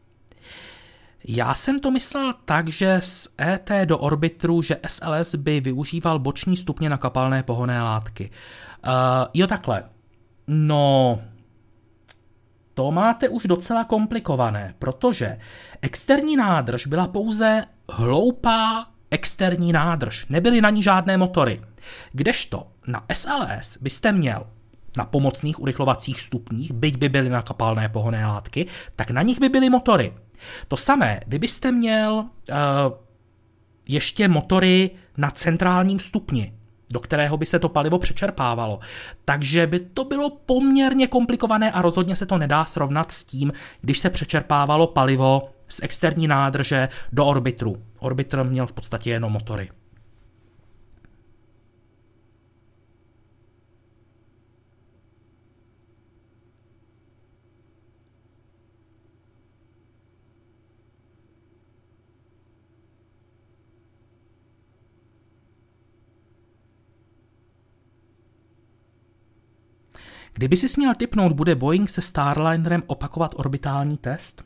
Já jsem to myslel tak, že z E T do orbitru, že S L S by využíval boční stupně na kapalné pohonné látky. Uh, jo takhle. No, to máte už docela komplikované, protože externí nádrž byla pouze hloupá externí nádrž, nebyly na ní žádné motory. Kdežto na S L S byste měl na pomocných urychlovacích stupních, byť by byly na kapalné pohonné látky, tak na nich by byly motory. To samé, vy byste měl uh, ještě motory na centrálním stupni, do kterého by se to palivo přečerpávalo. Takže by to bylo poměrně komplikované a rozhodně se to nedá srovnat s tím, když se přečerpávalo palivo z externí nádrže do orbitru. Orbitr měl v podstatě jenom motory. Kdyby si směl tipnout, bude Boeing se Starlinerem opakovat orbitální test?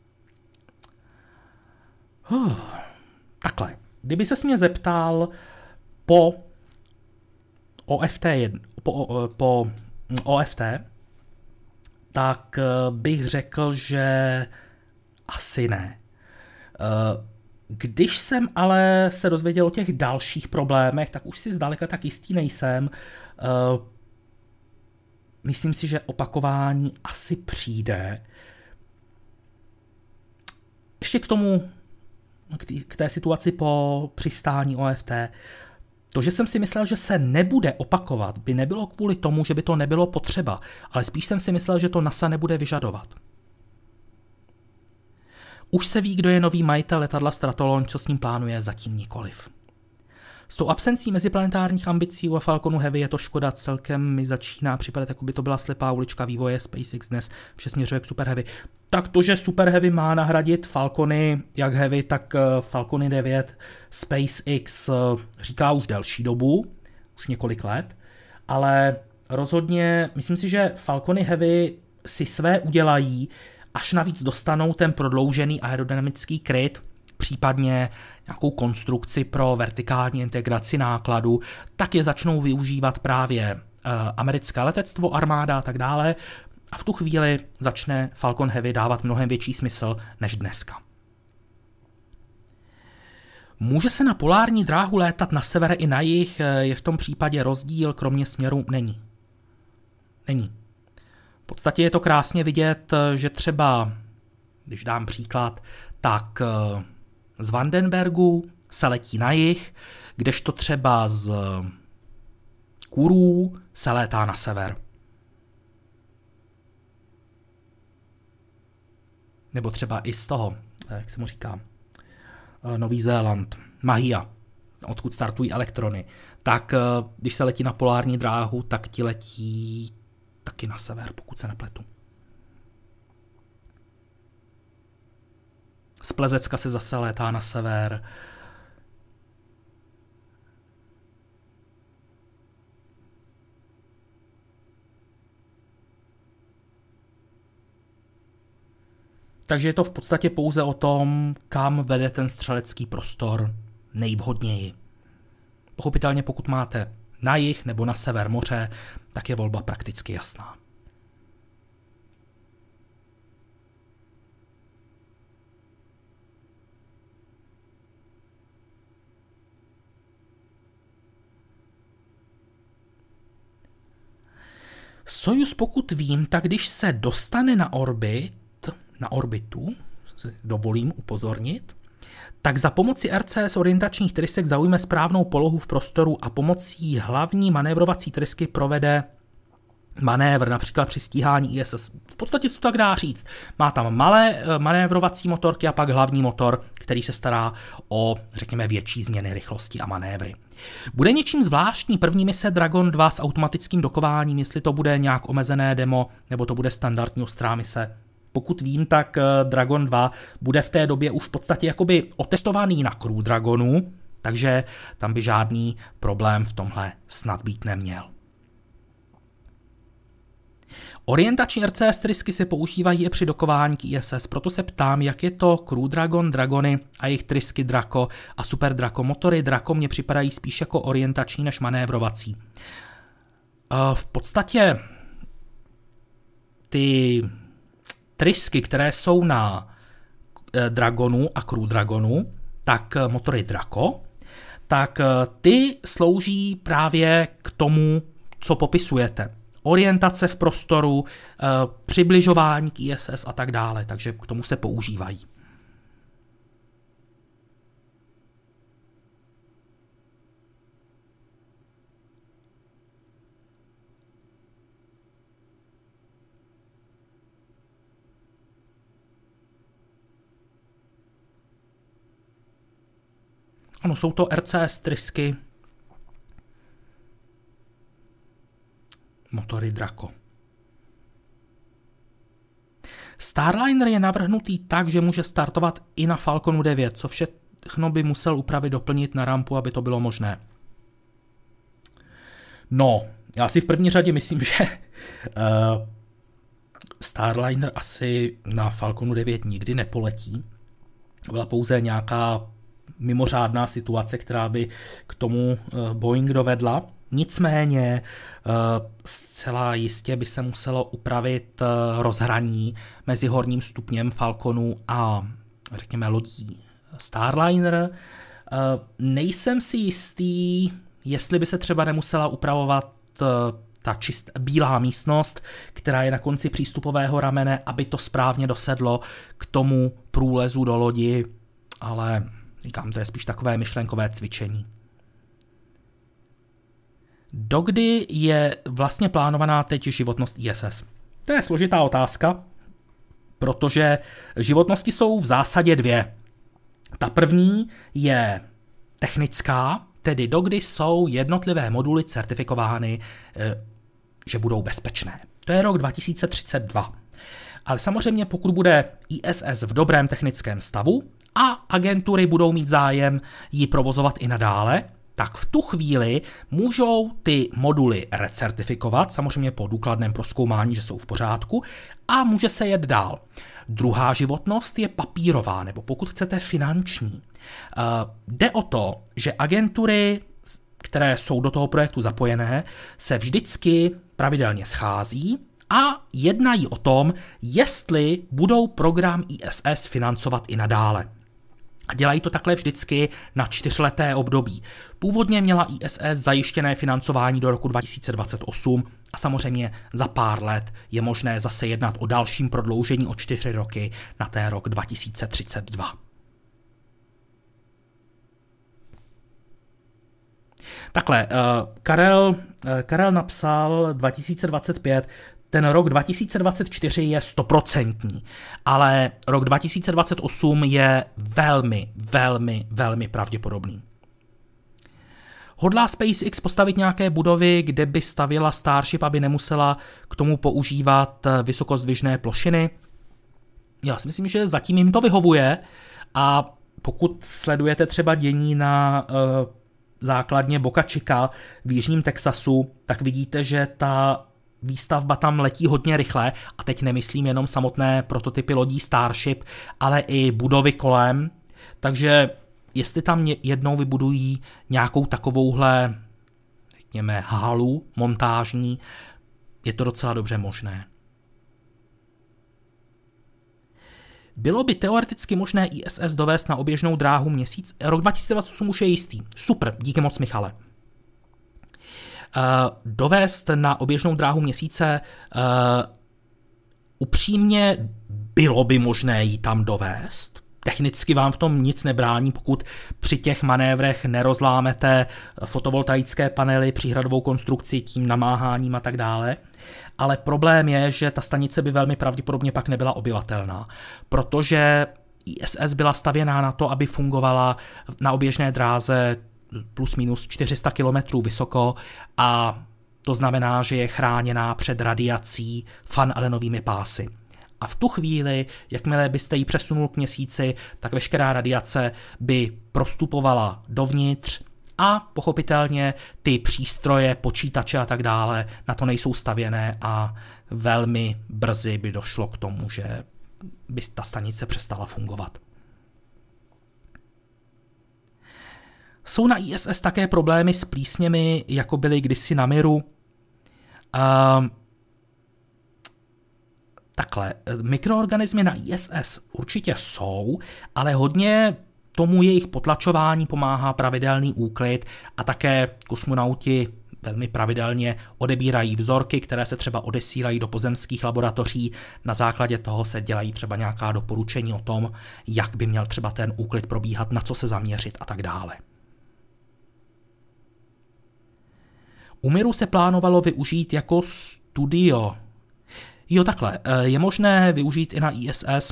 Huh. Takhle. Kdyby se mě zeptal po O F T, po, po O F T, tak bych řekl, že asi ne. Když jsem ale se dozvěděl o těch dalších problémech, tak už si zdaleka tak jistý nejsem. Myslím si, že opakování asi přijde. Ještě k tomu, k té situaci po přistání O F T. To, že jsem si myslel, že se nebude opakovat, by nebylo kvůli tomu, že by to nebylo potřeba, ale spíš jsem si myslel, že to NASA nebude vyžadovat. Už se ví, kdo je nový majitel letadla Stratolaunch, co s ním plánuje, zatím nikoliv. S tou absencí meziplanetárních ambicí u Falconu Heavy je to škoda, celkem mi začíná připadat, jako by to byla slepá ulička vývoje SpaceX dnes, vše směřuje k Super Heavy. Tak to, že Super Heavy má nahradit Falcony, jak Heavy, tak Falcony devět, SpaceX říká už delší dobu, už několik let, ale rozhodně myslím si, že Falcony Heavy si své udělají, až navíc dostanou ten prodloužený aerodynamický kryt, případně nějakou konstrukci pro vertikální integraci nákladu, tak je začnou využívat právě uh, americké letectvo, armáda a tak dále a v tu chvíli začne Falcon Heavy dávat mnohem větší smysl než dneska. Může se na polární dráhu létat na sever i na jih, je v tom případě rozdíl, kromě směru není. Není. podstatě je to krásně vidět, že třeba, když dám příklad, tak z Vandenbergu se letí na jih, kdežto třeba z Kourou se létá na sever. Nebo třeba i z toho, jak se mu říká, Nový Zéland, Mahia, odkud startují elektrony. Tak když se letí na polární dráhu, tak ti letí taky na sever, pokud se nepletu. Z Plezecka se zase létá na sever. Takže je to v podstatě pouze o tom, kam vede ten střelecký prostor nejvhodněji. Pochopitelně pokud máte na jih nebo na sever moře, tak je volba prakticky jasná. Sojuz, pokud vím, tak když se dostane na orbit, na orbitu, dovolím upozornit, tak za pomoci R C S orientačních trysek zaujme správnou polohu v prostoru a pomocí hlavní manévrovací trysky provede manévr, například při stíhání I S S. V podstatě se to tak dá říct. Má tam malé manévrovací motorky a pak hlavní motor, který se stará o, řekněme, větší změny rychlosti a manévry. Bude něčím zvláštní první mise Dragon dva s automatickým dokováním, jestli to bude nějak omezené demo, nebo to bude standardní ostrá mise. Pokud vím, tak Dragon dva bude v té době už v podstatě jakoby otestovaný na Crew Dragonu, takže tam by žádný problém v tomhle snad být neměl. Orientační R C S trysky se používají i při dokování k I S S, proto se ptám, jak je to Crew Dragon, Dragony a jejich trysky Draco a Super Draco. Motory Draco mně připadají spíš jako orientační než manévrovací. V podstatě ty trysky, které jsou na Dragonu a Crew Dragonu, tak motory Draco, tak ty slouží právě k tomu, co popisujete. Orientace v prostoru, přibližování k I S S a tak dále, takže k tomu se používají. Ano, jsou to R C S trysky, motory Draco. Starliner je navrhnutý tak, že může startovat i na Falconu devět, co všechno by musel upravit, doplnit na rampu, aby to bylo možné. No, já si v první řadě myslím, že uh, Starliner asi na Falconu devět nikdy nepoletí. Byla pouze nějaká mimořádná situace, která by k tomu Boeing dovedla. Nicméně zcela jistě by se muselo upravit rozhraní mezi horním stupněm Falconu a řekněme lodí Starliner. Nejsem si jistý, jestli by se třeba nemusela upravovat ta čist bílá místnost, která je na konci přístupového ramene, aby to správně dosedlo k tomu průlezu do lodi, ale říkám, to je spíš takové myšlenkové cvičení. Dokdy je vlastně plánovaná teď životnost I S S? To je složitá otázka, protože životnosti jsou v zásadě dvě. Ta první je technická, tedy dokdy jsou jednotlivé moduly certifikovány, že budou bezpečné. To je rok dva tisíce třicet dva. Ale samozřejmě pokud bude I S S v dobrém technickém stavu a agentury budou mít zájem ji provozovat i nadále, tak v tu chvíli můžou ty moduly recertifikovat, samozřejmě po důkladném prozkoumání, že jsou v pořádku, a může se jet dál. Druhá životnost je papírová, nebo pokud chcete finanční. Uh, jde o to, že agentury, které jsou do toho projektu zapojené, se vždycky pravidelně schází a jednají o tom, jestli budou program I S S financovat i nadále. A dělají to takhle vždycky na čtyřleté období. Původně měla I S S zajištěné financování do roku dva tisíce dvacet osm a samozřejmě za pár let je možné zase jednat o dalším prodloužení o čtyři roky na ten rok dva tisíce třicet dva. Takhle, Karel, Karel napsal dva tisíce dvacet pět, ten rok dva tisíce dvacet čtyři je stoprocentní, ale rok dva tisíce dvacet osm je velmi, velmi, velmi pravděpodobný. Hodlá SpaceX postavit nějaké budovy, kde by stavěla Starship, aby nemusela k tomu používat vysokozdvižné plošiny? Já si myslím, že zatím jim to vyhovuje a pokud sledujete třeba dění na uh, základně Boca Chica v jižním Texasu, tak vidíte, že ta výstavba tam letí hodně rychle a teď nemyslím jenom samotné prototypy lodí Starship, ale i budovy kolem, takže jestli tam jednou vybudují nějakou takovouhle, řekněme, halu montážní, je to docela dobře možné. Bylo by teoreticky možné I S S dovést na oběžnou dráhu Měsíc? Rok dva tisíce dvacet osm už je jistý. Super, díky moc, Michale. Uh, dovést na oběžnou dráhu Měsíce, uh, upřímně bylo by možné ji tam dovést. Technicky vám v tom nic nebrání, pokud při těch manévrech nerozlámete fotovoltaické panely, příhradovou konstrukci tím namáháním a tak dále. Ale problém je, že ta stanice by velmi pravděpodobně pak nebyla obyvatelná, protože I S S byla stavěná na to, aby fungovala na oběžné dráze plus minus čtyři sta kilometrů vysoko a to znamená, že je chráněná před radiací Van Allenovými pásy. A v tu chvíli, jakmile byste ji přesunul k Měsíci, tak veškerá radiace by prostupovala dovnitř a pochopitelně ty přístroje, počítače a tak dále na to nejsou stavěné a velmi brzy by došlo k tomu, že by ta stanice přestala fungovat. Jsou na I S S také problémy s plísněmi, jako byly kdysi na Miru. Uh, takhle, mikroorganismy na I S S určitě jsou, ale hodně tomu jejich potlačování pomáhá pravidelný úklid a také kosmonauti velmi pravidelně odebírají vzorky, které se třeba odesílají do pozemských laboratoří. Na základě toho se dělají třeba nějaká doporučení o tom, jak by měl třeba ten úklid probíhat, na co se zaměřit a tak dále. U Miru se plánovalo využít jako studio. Jo, takhle, je možné využít i na I S S.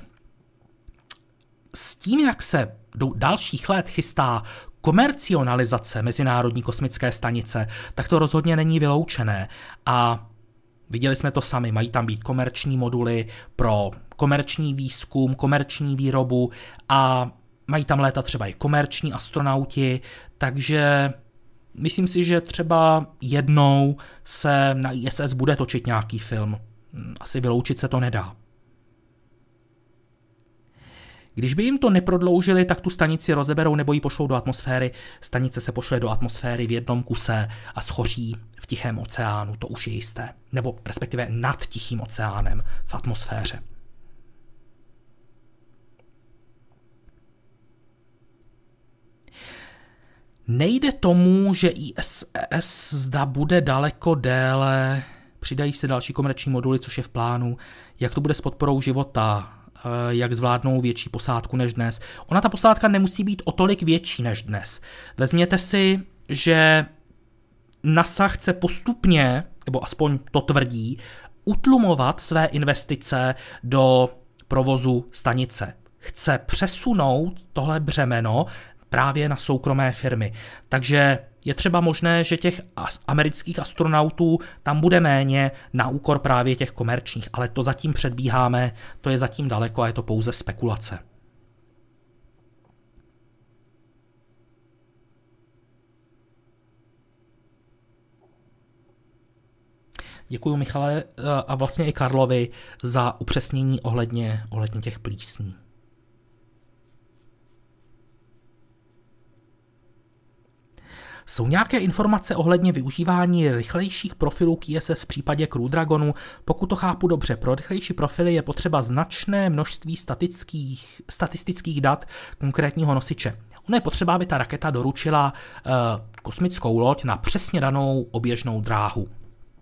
S tím, jak se do dalších let chystá komercionalizace Mezinárodní kosmické stanice, tak to rozhodně není vyloučené. A viděli jsme to sami, mají tam být komerční moduly pro komerční výzkum, komerční výrobu a mají tam létat třeba i komerční astronauti, takže myslím si, že třeba jednou se na I S S bude točit nějaký film. Asi vyloučit se to nedá. Když by jim to neprodloužili, tak tu stanici rozeberou nebo ji pošlou do atmosféry. Stanice se pošle do atmosféry v jednom kuse a schoří v Tichém oceánu, to už je jisté. Nebo respektive nad Tichým oceánem v atmosféře. Nejde tomu, že I S S zda bude daleko déle, přidají se další komerční moduly, což je v plánu, jak to bude s podporou života, jak zvládnou větší posádku než dnes. Ona ta posádka nemusí být o tolik větší než dnes. Vezměte si, že NASA chce postupně, nebo aspoň to tvrdí, utlumovat své investice do provozu stanice. Chce přesunout tohle břemeno právě na soukromé firmy. Takže je třeba možné, že těch amerických astronautů tam bude méně na úkor právě těch komerčních, ale to zatím předbíháme, to je zatím daleko a je to pouze spekulace. Děkuji Michale a vlastně i Karlovi za upřesnění ohledně, ohledně těch plísní. Jsou nějaké informace ohledně využívání rychlejších profilů K S S v případě Crew Dragonu? Pokud to chápu dobře, pro rychlejší profily je potřeba značné množství statických, statistických dat konkrétního nosiče. Ono je potřeba, aby ta raketa doručila uh, kosmickou loď na přesně danou oběžnou dráhu. Uh,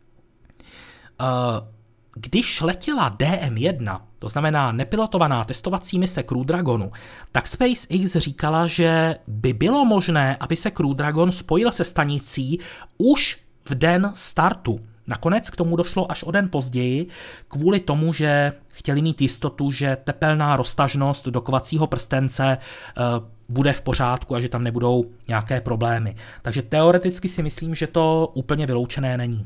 Když letěla D M jedna, to znamená nepilotovaná testovací mise Crew Dragonu, tak SpaceX říkala, že by bylo možné, aby se Crew Dragon spojil se stanicí už v den startu. Nakonec k tomu došlo až o den později, kvůli tomu, že chtěli mít jistotu, že tepelná roztažnost dokovacího prstence uh, bude v pořádku a že tam nebudou nějaké problémy. Takže teoreticky si myslím, že to úplně vyloučené není.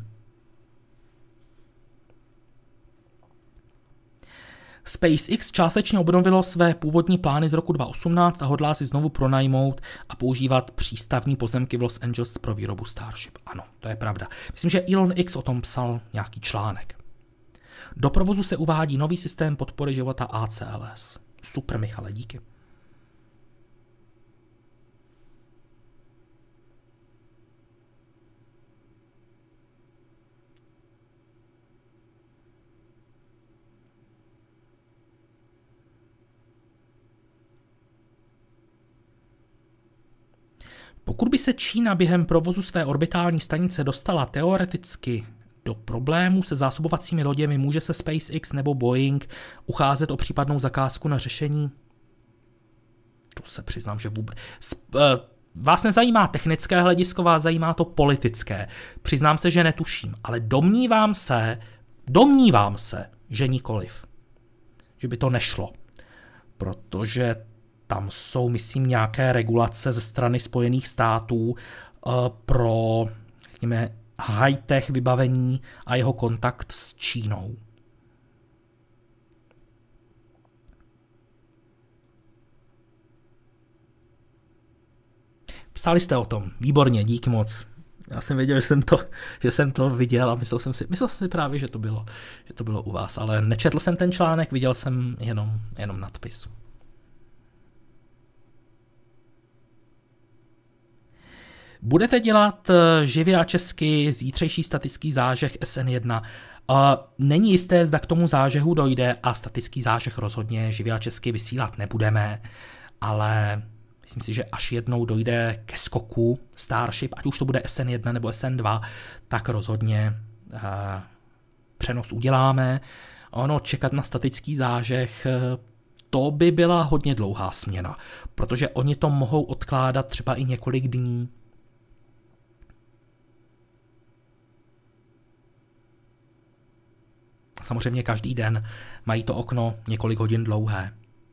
SpaceX částečně obnovilo své původní plány z roku dva tisíce osmnáct a hodlá si znovu pronajmout a používat přístavní pozemky v Los Angeles pro výrobu Starship. Ano, to je pravda. Myslím, že Elon X o tom psal nějaký článek. Do provozu se uvádí nový systém podpory života A C L S. Super, Michale, díky. Pokud by se Čína během provozu své orbitální stanice dostala teoreticky do problému se zásobovacími loděmi, může se SpaceX nebo Boeing ucházet o případnou zakázku na řešení? To se přiznám, že vůbec... Vás nezajímá technické hledisko, vás zajímá to politické. Přiznám se, že netuším, ale domnívám se, domnívám se, že nikoliv. Že by to nešlo. Protože tam jsou, myslím, nějaké regulace ze strany Spojených států uh, pro, řekněme, high-tech vybavení a jeho kontakt s Čínou. Psali jste o tom, výborně, díky moc. Já jsem věděl, že jsem to, že jsem to viděl a myslel jsem si, myslel jsem si právě, že to bylo, že to bylo u vás, ale nečetl jsem ten článek, viděl jsem jenom, jenom nadpis. Budete dělat živě a česky zítřejší statický zážeh S N jedna. Uh, není jisté, zda k tomu zážehu dojde a statický zážeh rozhodně živě a česky vysílat nebudeme, ale myslím si, že až jednou dojde ke skoku Starship, ať už to bude S N jedna nebo S N dva, tak rozhodně uh, přenos uděláme. Ono čekat na statický zážeh, uh, to by byla hodně dlouhá směna, protože oni to mohou odkládat třeba i několik dní. Samozřejmě každý den mají to okno několik hodin dlouhé.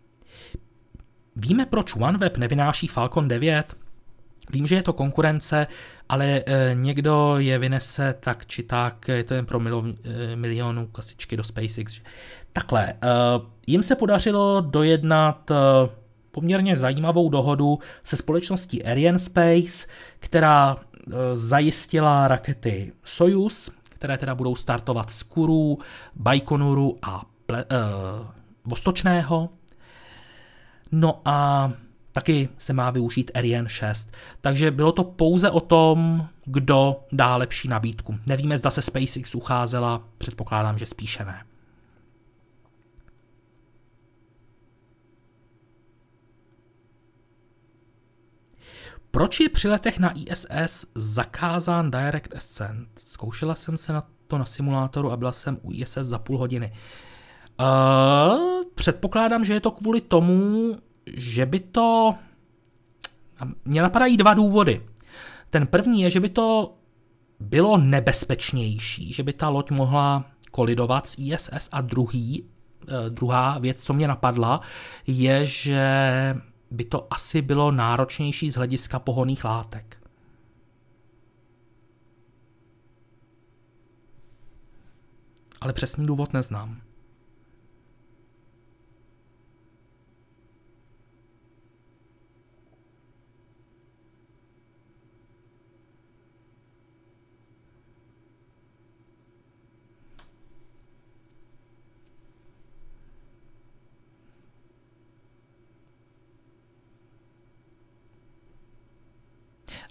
Víme, proč OneWeb nevynáší Falcon devět? Vím, že je to konkurence, ale e, někdo je vynese tak či tak, je to jen pro milo, e, milionů kasičky do SpaceX. Takhle, e, jim se podařilo dojednat e, poměrně zajímavou dohodu se společností Arianespace, která e, zajistila rakety Soyuz, které teda budou startovat z Kourou, Baikonuru a ple, e, Vostočného. No a taky se má využít Ariane šest. Takže bylo to pouze o tom, kdo dá lepší nabídku. Nevíme, zda se SpaceX ucházela, předpokládám, že spíše ne. Proč je při letech na I S S zakázán Direct Ascent? Zkoušela jsem se na to na simulátoru a byla jsem u I S S za půl hodiny. Uh, předpokládám, že je to kvůli tomu, že by to... Mně napadají dva důvody. Ten první je, že by to bylo nebezpečnější, že by ta loď mohla kolidovat s I S S a druhý, uh, druhá věc, co mě napadla, je, že by to asi bylo náročnější z hlediska pohonných látek. Ale přesný důvod neznám.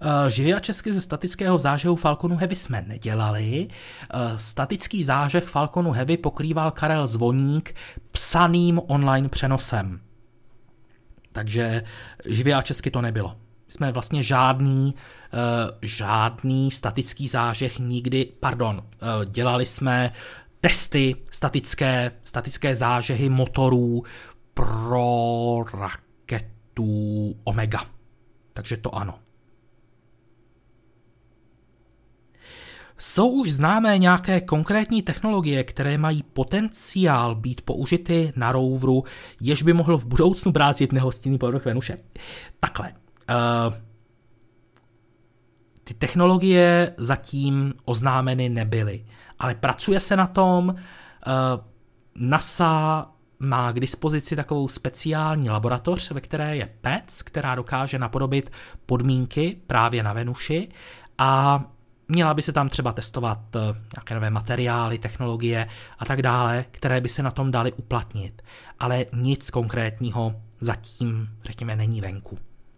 Živě a česky ze statického zážehu Falconu Heavy jsme nedělali. Statický zážeh Falconu Heavy pokrýval Karel Zvoník psaným online přenosem. Takže živě a česky to nebylo. Jsme vlastně žádný, žádný statický zážeh nikdy, pardon, dělali jsme testy statické, statické zážehy motorů pro raketu Omega. Takže to ano. Jsou už známé nějaké konkrétní technologie, které mají potenciál být použity na roveru, jež by mohl v budoucnu bránit nehostinný povrch Venuše? Takhle. Uh, ty technologie zatím oznámeny nebyly, ale pracuje se na tom. Uh, NASA má k dispozici takovou speciální laboratoř, ve které je P E C, která dokáže napodobit podmínky právě na Venuši a měla by se tam třeba testovat nějaké nové materiály, technologie a tak dále, které by se na tom daly uplatnit. Ale nic konkrétního zatím, řekněme, není venku.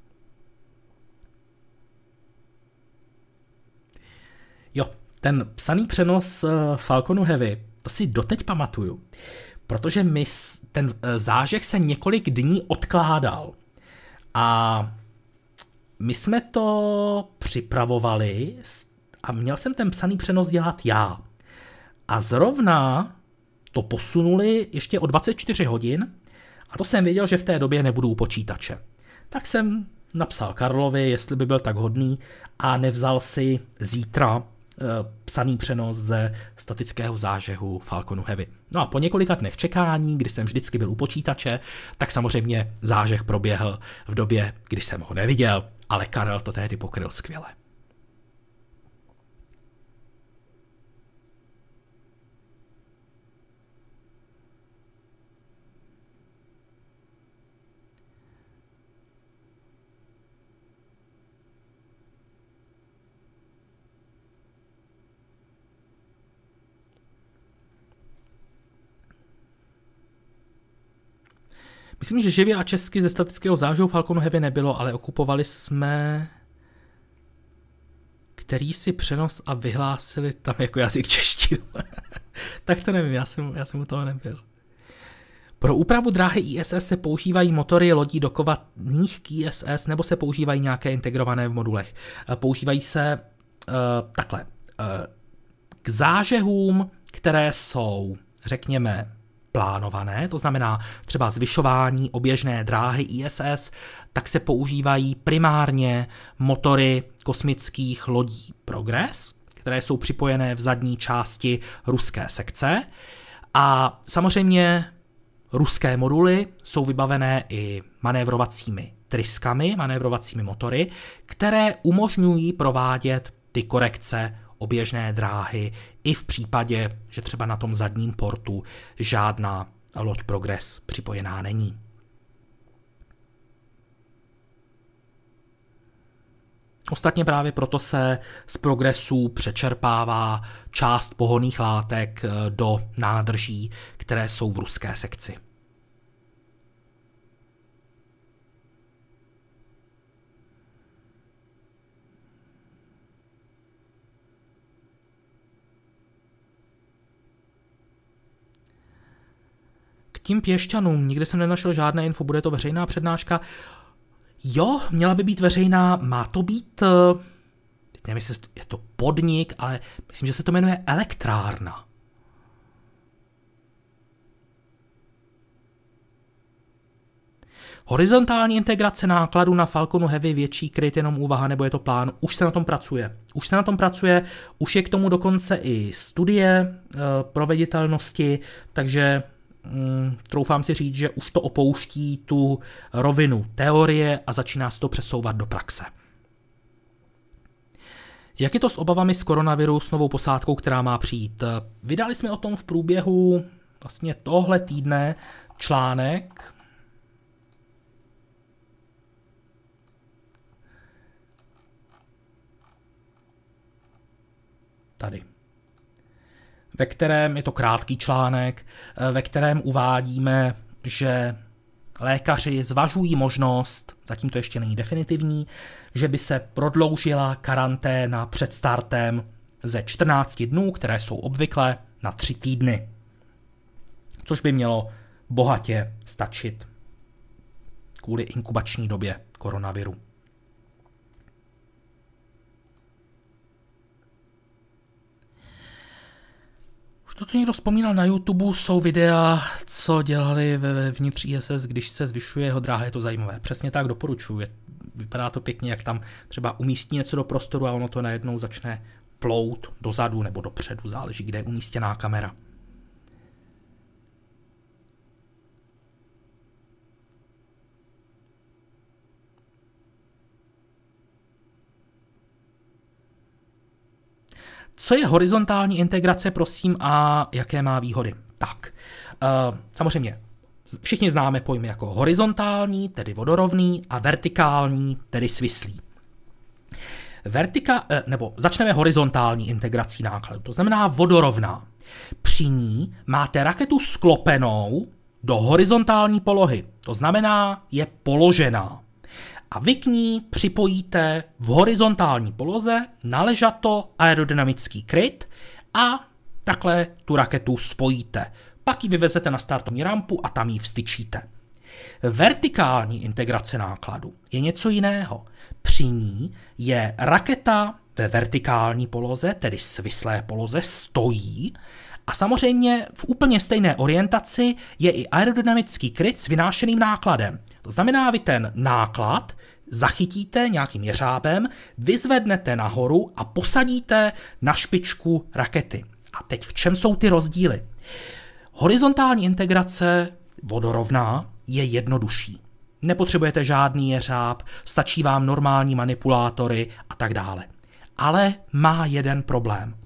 Jo, ten psaný přenos Falconu Heavy, to si doteď pamatuju, protože my, ten zážeh se několik dní odkládal a my jsme to připravovali a měl jsem ten psaný přenos dělat já. A zrovna to posunuli ještě o dvacet čtyři hodin a to jsem věděl, že v té době nebudu u počítače. Tak jsem napsal Karlovi, jestli by byl tak hodný a nevzal si zítra psaný přenos ze statického zážehu Falconu Heavy. No a po několika dnech čekání, kdy jsem vždycky byl u počítače, tak samozřejmě zážeh proběhl v době, kdy jsem ho neviděl, ale Karel to tehdy pokryl skvěle. Myslím, že živě a česky ze statického zážehu Falconu Heavy nebylo, ale okupovali jsme který si přenos a vyhlásili tam jako jazyk češtinu. Tak to nevím, já jsem, já jsem u toho nebyl. Pro úpravu dráhy I S S se používají motory lodí dokovaných k I S S nebo se používají nějaké integrované v modulech. Používají se uh, takhle. Uh, k zážehům, které jsou, řekněme, plánované, to znamená třeba zvyšování oběžné dráhy I S S, tak se používají primárně motory kosmických lodí Progress, které jsou připojené v zadní části ruské sekce. A samozřejmě ruské moduly jsou vybavené i manévrovacími tryskami, manévrovacími motory, které umožňují provádět ty korekce oběžné dráhy i v případě, že třeba na tom zadním portu žádná loď Progress připojená není. Ostatně právě proto se z Progressu přečerpává část pohonných látek do nádrží, které jsou v ruské sekci. K tím Piešťanům nikde jsem nenašel žádné info, bude to veřejná přednáška. Jo, měla by být veřejná, má to být, teď nevím, jestli je to podnik, ale myslím, že se to jmenuje elektrárna. Horizontální integrace nákladu na Falconu Heavy, větší kryt, jenom úvaha, nebo je to plán? Už se na tom pracuje. Už se na tom pracuje, už je k tomu dokonce i studie e, proveditelnosti, takže mm, troufám si říct, že už to opouští tu rovinu teorie a začíná se to přesouvat do praxe. Jak je to s obavami z koronaviru, s novou posádkou, která má přijít? Vydali jsme o tom v průběhu vlastně tohle týdne článek. Tady. Ve kterém, je to krátký článek, ve kterém uvádíme, že lékaři zvažují možnost, zatím to ještě není definitivní, že by se prodloužila karanténa před startem ze čtrnácti dnů, které jsou obvykle, na tři týdny. Což by mělo bohatě stačit kvůli inkubační době koronaviru. Už to, co někdo vzpomínal na YouTube, jsou videa, co dělali ve vnitř I S S, když se zvyšuje jeho dráha, je to zajímavé. Přesně tak doporučuji. Vypadá to pěkně, jak tam třeba umístí něco do prostoru a ono to najednou začne plout dozadu nebo dopředu, záleží, kde je umístěná kamera. Co je horizontální integrace, prosím, a jaké má výhody? Tak, uh, samozřejmě, všichni známe pojmy jako horizontální, tedy vodorovný, a vertikální, tedy svislý. Vertika, nebo začneme horizontální integrací nákladu, to znamená vodorovná. Při ní máte raketu sklopenou do horizontální polohy, to znamená je položená. A vy k ní připojíte v horizontální poloze naležato aerodynamický kryt a takhle tu raketu spojíte. Pak ji vyvezete na startovní rampu a tam ji vstyčíte. Vertikální integrace nákladu je něco jiného. Při ní je raketa ve vertikální poloze, tedy svislé poloze, stojí a samozřejmě v úplně stejné orientaci je i aerodynamický kryt s vynášeným nákladem. To znamená, vy ten náklad zachytíte nějakým jeřábem, vyzvednete nahoru a posadíte na špičku rakety. A teď v čem jsou ty rozdíly? Horizontální integrace vodorovná je jednodušší. Nepotřebujete žádný jeřáb, stačí vám normální manipulátory a tak dále. Ale má jeden problém.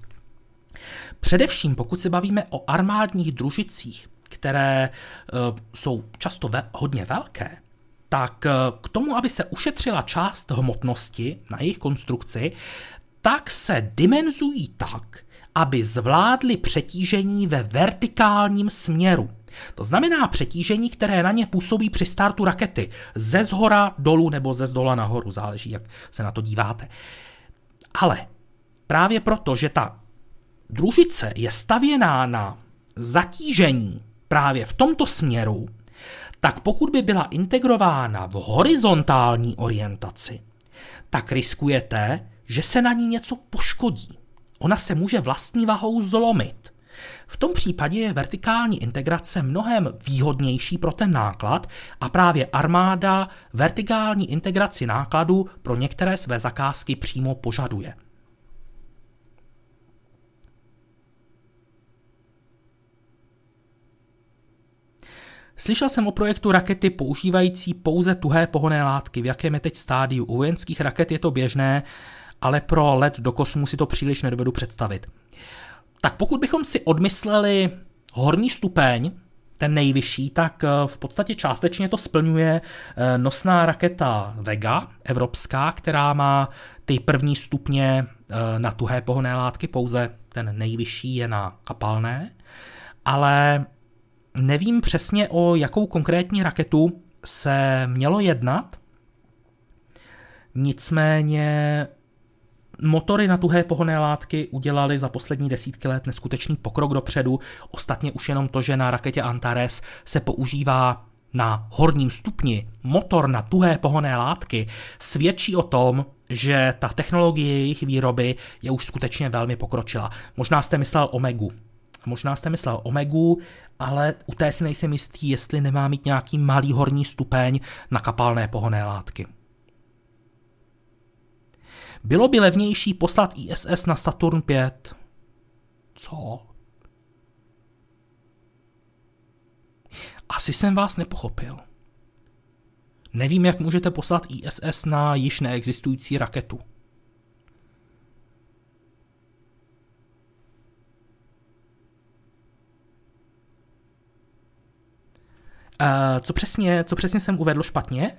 Především pokud se bavíme o armádních družicích, které e, jsou často ve, hodně velké, tak e, k tomu, aby se ušetřila část hmotnosti na jejich konstrukci, tak se dimenzují tak, aby zvládly přetížení ve vertikálním směru. To znamená přetížení, které na ně působí při startu rakety. Ze zhora dolů nebo ze zdola nahoru, záleží, jak se na to díváte. Ale právě proto, že ta družice je stavěná na zatížení právě v tomto směru, tak pokud by byla integrována v horizontální orientaci, tak riskujete, že se na ní něco poškodí. Ona se může vlastní vahou zlomit. V tom případě je vertikální integrace mnohem výhodnější pro ten náklad a právě armáda vertikální integraci nákladu pro některé své zakázky přímo požaduje. Slyšel jsem o projektu rakety používající pouze tuhé pohonné látky. V jakém je teď stádiu? U vojenských raket je to běžné, ale pro let do kosmu si to příliš nedovedu představit. Tak pokud bychom si odmysleli horní stupeň, ten nejvyšší, tak v podstatě částečně to splňuje nosná raketa Vega, evropská, která má ty první stupně na tuhé pohonné látky, pouze ten nejvyšší je na kapalné, ale nevím přesně, o jakou konkrétní raketu se mělo jednat, nicméně motory na tuhé pohonné látky udělaly za poslední desítky let neskutečný pokrok dopředu. Ostatně už jenom to, že na raketě Antares se používá na horním stupni motor na tuhé pohonné látky, svědčí o tom, že ta technologie jejich výroby je už skutečně velmi pokročilá. Možná jste myslel Omegu. Možná jste myslel Omegu, ale u té si nejsem jistý, jestli nemá mít nějaký malý horní stupeň na kapalné pohonné látky. Bylo by levnější poslat I S S na Saturn pět. Co? Asi jsem vás nepochopil. Nevím, jak můžete poslat I S S na již neexistující raketu. Uh, co přesně, co přesně jsem uvedl špatně?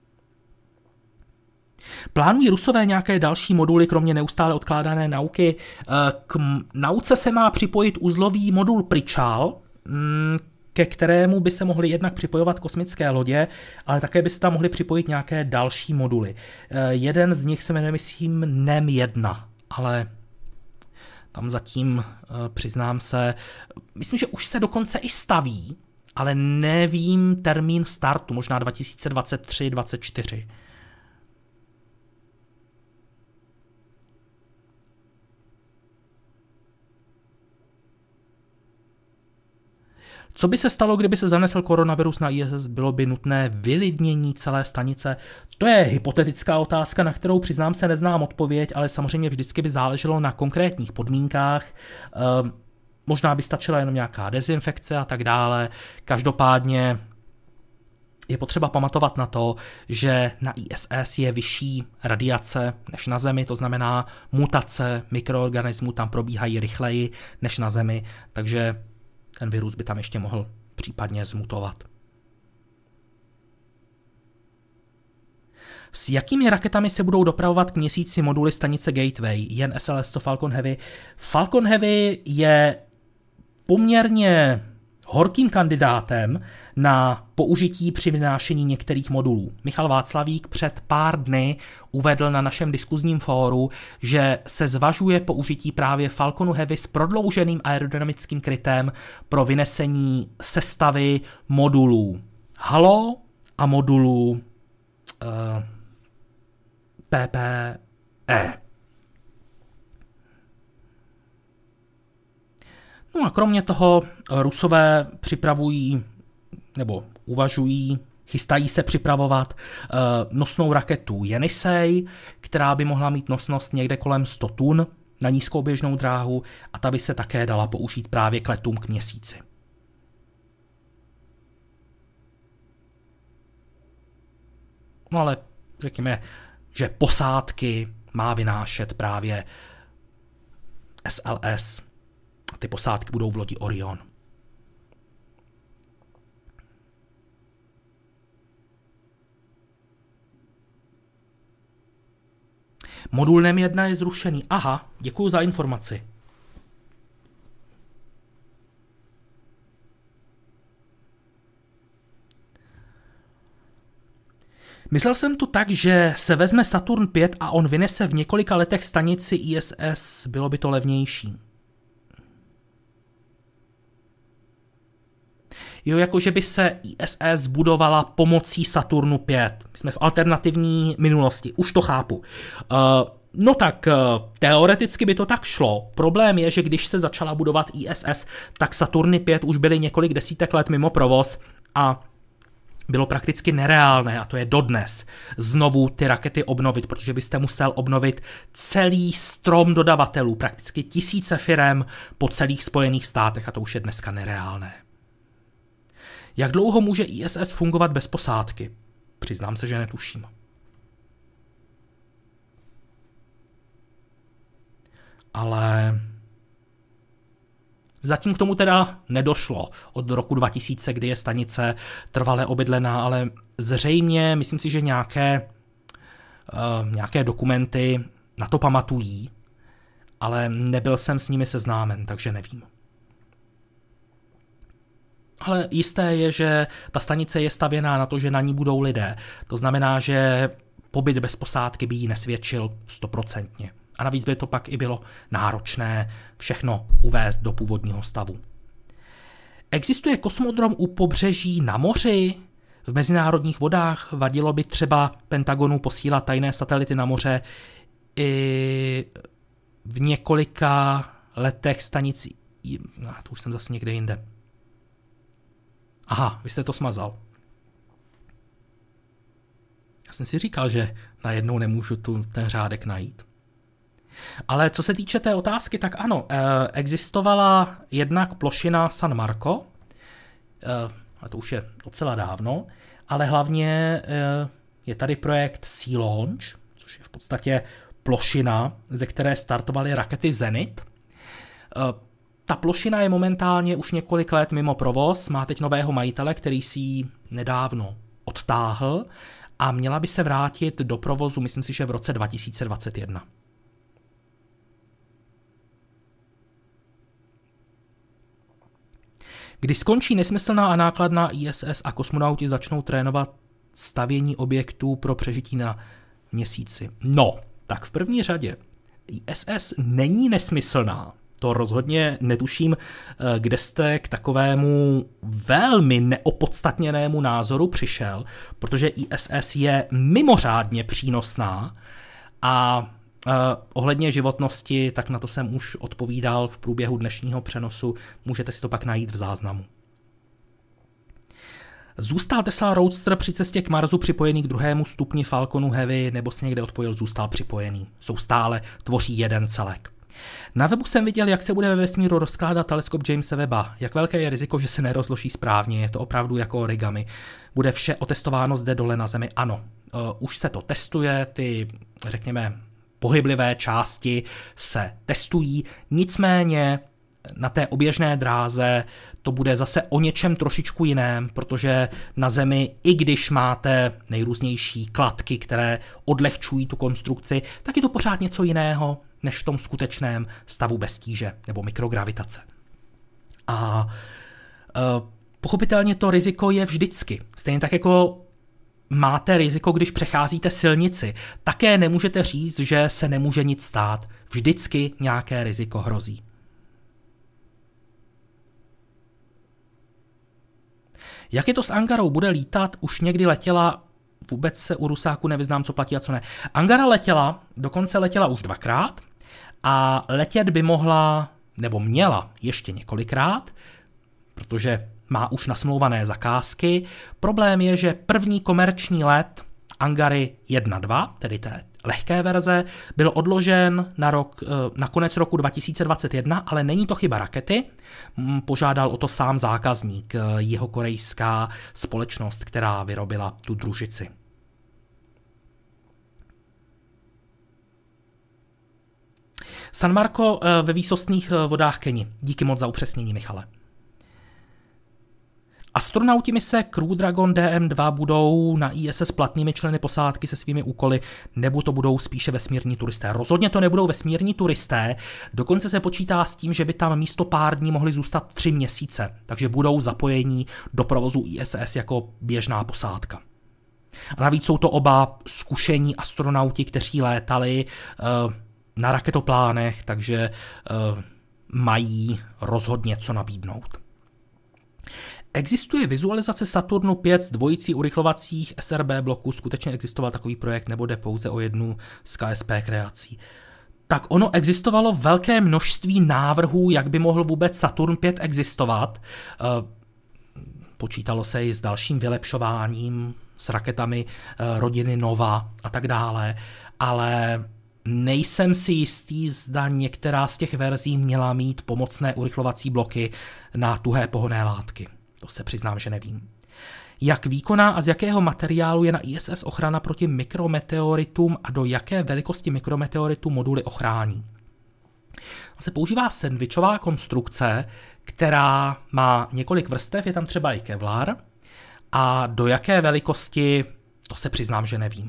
Plánují Rusové nějaké další moduly, kromě neustále odkládané nauky? K nauce se má připojit uzlový modul Prichal, ke kterému by se mohly jednak připojovat kosmické lodě, ale také by se tam mohly připojit nějaké další moduly. Jeden z nich se jmenuje, myslím, N E M jedna, ale tam zatím, přiznám se, myslím, že už se dokonce i staví, ale nevím termín startu, možná dva tisíce dvacet tři dvacet čtyři. Co by se stalo, kdyby se zanesl koronavirus na I S S? Bylo by nutné vylidnění celé stanice? To je hypotetická otázka, na kterou přiznám se neznám odpověď, ale samozřejmě vždycky by záleželo na konkrétních podmínkách. Ehm, možná by stačila jenom nějaká dezinfekce a tak dále. Každopádně je potřeba pamatovat na to, že na I S S je vyšší radiace než na Zemi, to znamená mutace mikroorganismů tam probíhají rychleji než na Zemi, takže ten virus by tam ještě mohl případně zmutovat. S jakými raketami se budou dopravovat k měsíci moduly stanice Gateway? Jen S L S to Falcon Heavy. Falcon Heavy je poměrně horkým kandidátem na použití při vynášení některých modulů. Michal Václavík před pár dny uvedl na našem diskuzním fóru, že se zvažuje použití právě Falconu Heavy s prodlouženým aerodynamickým krytem pro vynesení sestavy modulů Halo a modulů uh, P P E. No a kromě toho Rusové připravují nebo uvažují, chystají se připravovat uh, nosnou raketu Yenisej, která by mohla mít nosnost někde kolem sto tun na nízkou běžnou dráhu a ta by se také dala použít právě k letům k měsíci. No ale řekněme, že posádky má vynášet právě S L S. A ty posádky budou v lodi Orion. Modul N E M jedna je zrušený. Aha, děkuji za informaci. Myslel jsem to tak, že se vezme Saturn pět a on vynese v několika letech stanici I S S, bylo by to levnější. Jo, jakože by se I S S budovala pomocí Saturnu pět. My jsme v alternativní minulosti, už to chápu. Uh, no tak, uh, teoreticky by to tak šlo. Problém je, že když se začala budovat I S S, tak Saturny pět už byly několik desítek let mimo provoz a bylo prakticky nereálné, a to je dodnes, znovu ty rakety obnovit, protože byste musel obnovit celý strom dodavatelů, prakticky tisíce firem po celých Spojených státech a to už je dneska nereálné. Jak dlouho může I S S fungovat bez posádky? Přiznám se, že netuším. Ale zatím k tomu teda nedošlo od roku dva tisíce, kdy je stanice trvale obydlená, ale zřejmě, myslím si, že nějaké, uh, nějaké dokumenty na to pamatují, ale nebyl jsem s nimi seznámen, takže nevím. Ale jisté je, že ta stanice je stavěná na to, že na ní budou lidé. To znamená, že pobyt bez posádky by jí nesvědčil stoprocentně. A navíc by to pak i bylo náročné všechno uvést do původního stavu. Existuje kosmodrom u pobřeží na moři? V mezinárodních vodách vadilo by třeba Pentagonu posílat tajné satelity na moře i v několika letech stanici. No, to už jsem zase někde jinde. Aha, vy jste to smazal. Já jsem si říkal, že najednou nemůžu tu ten řádek najít. Ale co se týče té otázky, tak ano, existovala jednak plošina San Marco, a to už je docela dávno, ale hlavně je tady projekt Sea Launch, což je v podstatě plošina, ze které startovaly rakety Zenit. Ta plošina je momentálně už několik let mimo provoz, má teď nového majitele, který si ji nedávno odtáhl a měla by se vrátit do provozu, myslím si, že v roce dva tisíce dvacet jedna. Kdy skončí nesmyslná a nákladná I S S a kosmonauti začnou trénovat stavění objektů pro přežití na měsíci? No, tak v první řadě I S S není nesmyslná. To rozhodně netuším, kde jste k takovému velmi neopodstatněnému názoru přišel, protože I S S je mimořádně přínosná a Uh, ohledně životnosti, tak na to jsem už odpovídal v průběhu dnešního přenosu, můžete si to pak najít v záznamu. Zůstal Tesla Roadster při cestě k Marsu připojený k druhému stupni Falconu Heavy, nebo se někde odpojil, zůstal připojený. Jsou stále, tvoří jeden celek. Na webu jsem viděl, jak se bude ve vesmíru rozkládat teleskop Jamese Webba. Jak velké je riziko, že se nerozloží správně, je to opravdu jako origami. Bude vše otestováno zde dole na Zemi? Ano, uh, už se to testuje, ty, řekněme, pohyblivé části se testují, nicméně na té oběžné dráze to bude zase o něčem trošičku jiném, protože na Zemi, i když máte nejrůznější kladky, které odlehčují tu konstrukci, tak je to pořád něco jiného, než v tom skutečném stavu bez tíže nebo mikrogravitace. A e, pochopitelně to riziko je vždycky. Stejně tak jako máte riziko, když přecházíte silnici. Také nemůžete říct, že se nemůže nic stát. Vždycky nějaké riziko hrozí. Jak je to s Angarou? Bude lítat? Už někdy letěla? Vůbec se u Rusáku nevyznám, co platí a co ne. Angara letěla, dokonce letěla už dvakrát a letět by mohla, nebo měla ještě několikrát, protože má už nasmlouvané zakázky. Problém je, že první komerční let Angary jedna dva, tedy té lehké verze, byl odložen na, rok, na konec roku dva tisíce dvacet jedna, ale není to chyba rakety. Požádal o to sám zákazník, jihokorejská společnost, která vyrobila tu družici. San Marco ve výsostných vodách Keni. Díky moc za upřesnění, Michale. Astronauti mise Crew Dragon D M dva budou na I S S platnými členy posádky se svými úkoly, nebo to budou spíše vesmírní turisté? Rozhodně to nebudou vesmírní turisté, dokonce se počítá s tím, že by tam místo pár dní mohli zůstat tři měsíce, takže budou zapojení do provozu I S S jako běžná posádka. A navíc jsou to oba zkušení astronauti, kteří létali uh, na raketoplánech, takže uh, mají rozhodně co nabídnout. Existuje vizualizace Saturnu pět z dvojicí urychlovacích S R B bloků? Skutečně existoval takový projekt, nebo jde pouze o jednu z K S P kreací? Tak ono existovalo velké množství návrhů, jak by mohl vůbec Saturn pět existovat. Počítalo se i s dalším vylepšováním, s raketami rodiny Nova a tak dále, ale nejsem si jistý, zda některá z těch verzí měla mít pomocné urychlovací bloky na tuhé pohonné látky. To se přiznám, že nevím. Jak výkonná a z jakého materiálu je na I S S ochrana proti mikrometeoritům a do jaké velikosti mikrometeoritů moduly ochrání? Se používá sendvičová konstrukce, která má několik vrstev, je tam třeba i kevlar, a do jaké velikosti, to se přiznám, že nevím.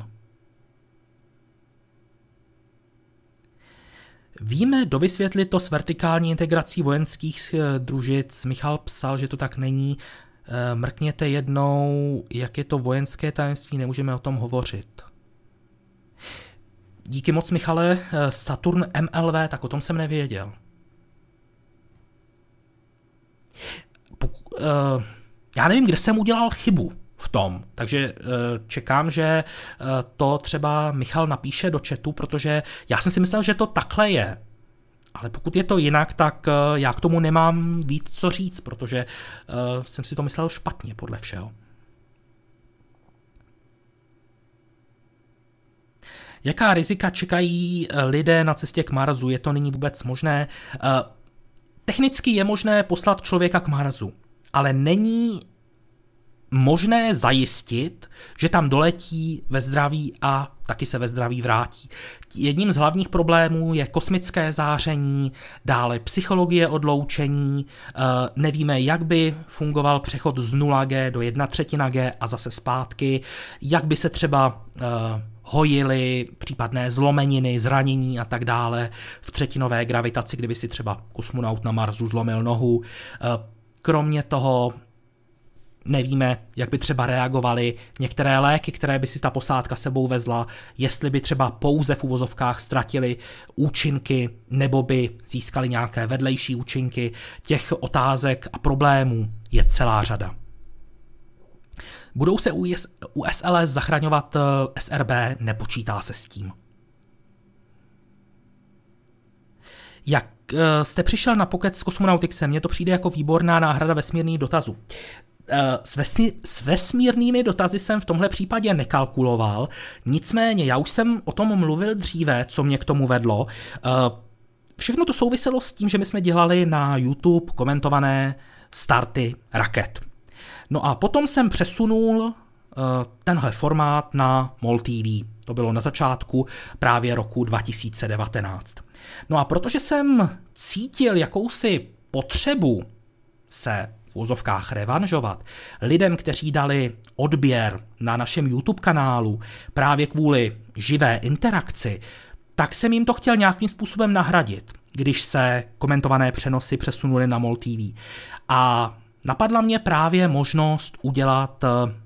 Víme dovysvětlit to s vertikální integrací vojenských družic. Michal psal, že to tak není. Mrkněte jednou, jak je to vojenské tajemství, nemůžeme o tom hovořit. Díky moc, Michale. Saturn M L V, tak o tom jsem nevěděl. Pok- uh, já nevím, kde jsem udělal chybu v tom, takže uh, čekám, že uh, to třeba Michal napíše do chatu, protože já jsem si myslel, že to takhle je. Ale pokud je to jinak, tak uh, já k tomu nemám víc co říct, protože uh, jsem si to myslel špatně podle všeho. Jaká rizika čekají lidé na cestě k Marsu? Je to nyní vůbec možné? Uh, technicky je možné poslat člověka k Marsu, ale není možné zajistit, že tam doletí ve zdraví a taky se ve zdraví vrátí. Jedním z hlavních problémů je kosmické záření, dále psychologie odloučení, nevíme, jak by fungoval přechod z nula G do jedna třetina G a zase zpátky, jak by se třeba hojily případné zlomeniny, zranění a tak dále v třetinové gravitaci, kdyby si třeba kosmonaut na Marsu zlomil nohu. kromě toho nevíme, jak by třeba reagovaly některé léky, které by si ta posádka sebou vezla, jestli by třeba pouze v uvozovkách ztratili účinky, nebo by získali nějaké vedlejší účinky. Těch otázek a problémů je celá řada. Budou se u S L S zachraňovat S R B? Nepočítá se s tím. Jak jste přišel na pokec s Kosmonautixem? Mně to přijde jako výborná náhrada vesmírných dotazů. S, vesmír, s vesmírnými dotazy jsem v tomhle případě nekalkuloval, nicméně já už jsem o tom mluvil dříve, co mě k tomu vedlo. Všechno to souviselo s tím, že my jsme dělali na YouTube komentované starty raket. No a potom jsem přesunul tenhle formát na MOL T V. To bylo na začátku právě roku dva tisíce devatenáct. No a protože jsem cítil jakousi potřebu se v úzovkách revanžovat lidem, kteří dali odběr na našem YouTube kanálu právě kvůli živé interakci, tak jsem jim to chtěl nějakým způsobem nahradit, když se komentované přenosy přesunuly na MOL T V. A napadla mě právě možnost udělat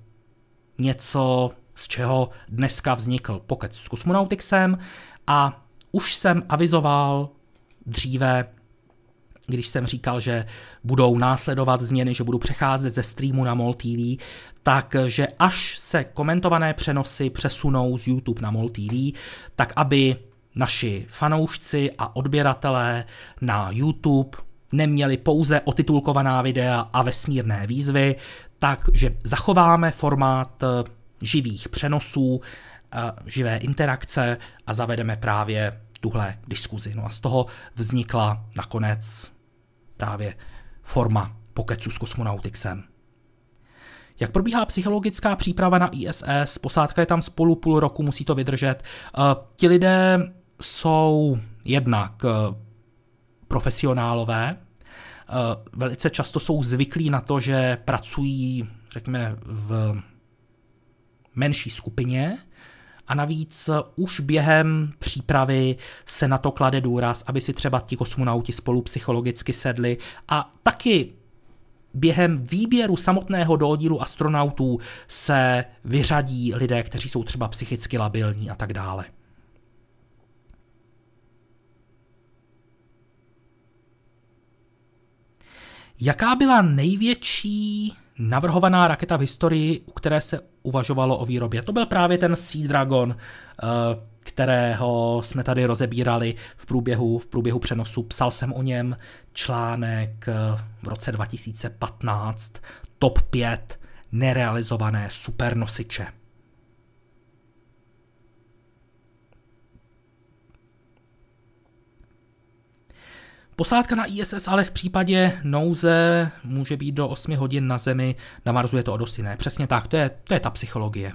něco, z čeho dneska vznikl pokec s Kosmonautixem, a už jsem avizoval dříve, když jsem říkal, že budou následovat změny, že budu přecházet ze streamu na MOL T V, takže až se komentované přenosy přesunou z YouTube na MOL T V, tak aby naši fanoušci a odběratelé na YouTube neměli pouze otitulkovaná videa a vesmírné výzvy, takže zachováme formát živých přenosů, živé interakce a zavedeme právě tuhle diskuzi. No a z toho vznikla nakonec právě forma pokecu s Kosmonautixem. Jak probíhá psychologická příprava na I S S? Posádka je tam spolu půl roku, musí to vydržet. Uh, ti lidé jsou jednak uh, profesionálové, uh, velice často jsou zvyklí na to, že pracují, řekněme, v menší skupině, a navíc už během přípravy se na to klade důraz, aby si třeba ti kosmonauti spolu psychologicky sedli, a taky během výběru samotného do oddílu astronautů se vyřadí lidé, kteří jsou třeba psychicky labilní a tak dále. Jaká byla největší navrhovaná raketa v historii, u které se uvažovalo o výrobě? To byl právě ten Sea Dragon, kterého jsme tady rozebírali v průběhu, v průběhu přenosu. Psal jsem o něm článek v roce dva tisíce patnáct, top pět nerealizované supernosiče. Posádka na I S S ale v případě nouze může být do osmi hodin na Zemi, na Marsu je to o dost jiné. Přesně tak, to je, to je ta psychologie.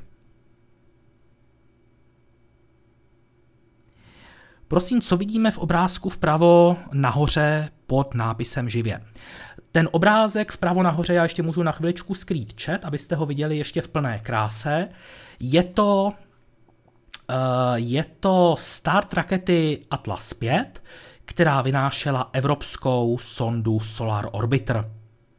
Prosím, co vidíme v obrázku vpravo nahoře pod nápisem živě? Ten obrázek vpravo nahoře, já ještě můžu na chviličku skrýt chat, abyste ho viděli ještě v plné kráse. Je to, uh, je to start rakety Atlas pět, která vynášela evropskou sondu Solar Orbiter.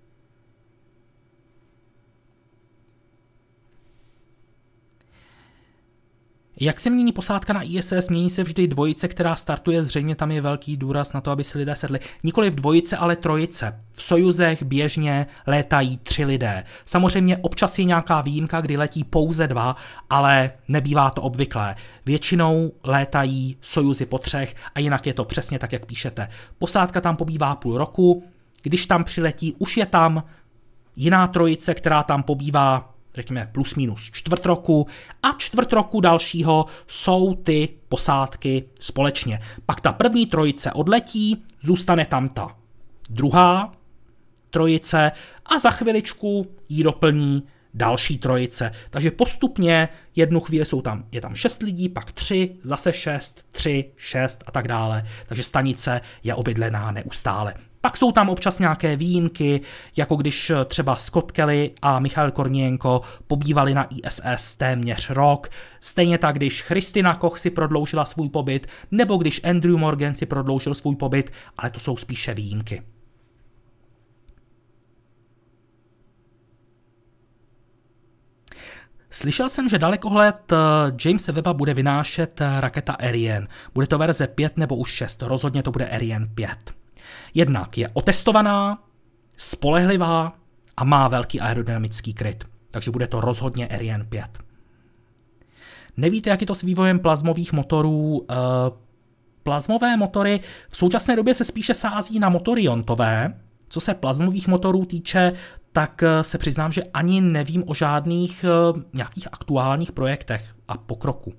Jak se mění posádka na I S S? Mění se vždy dvojice, která startuje, zřejmě tam je velký důraz na to, aby si lidé sedli. Nikoli v dvojice, ale trojice. V Sojuzech běžně létají tři lidé. Samozřejmě občas je nějaká výjimka, kdy letí pouze dva, ale nebývá to obvyklé. Většinou létají Sojuzy po třech a jinak je to přesně tak, jak píšete. Posádka tam pobývá půl roku, když tam přiletí, už je tam jiná trojice, která tam pobývá, řekněme, plus minus čtvrt roku, a čtvrt roku dalšího jsou ty posádky společně. Pak ta první trojice odletí, zůstane tam ta druhá trojice a za chviličku jí doplní další trojice. Takže postupně jednu chvíli jsou tam, je tam šest lidí, pak tři, zase šest, tři, šest a tak dále. Takže stanice je obydlená neustále. Pak jsou tam občas nějaké výjimky, jako když třeba Scott Kelly a Michail Kornienko pobývali na I S S téměř rok, stejně tak, když Christina Koch si prodloužila svůj pobyt, nebo když Andrew Morgan si prodloužil svůj pobyt, ale to jsou spíše výjimky. Slyšel jsem, že dalekohled Jamese Webba bude vynášet raketa Ariane. Bude to verze pět nebo už šest, rozhodně to bude Ariane pět. Jednak je otestovaná, spolehlivá a má velký aerodynamický kryt, takže bude to rozhodně Ariane pět. Nevíte, jak je to s vývojem plazmových motorů? Plazmové motory v současné době se spíše sází na motory jontové. Co se plazmových motorů týče, tak se přiznám, že ani nevím o žádných nějakých aktuálních projektech a pokroku.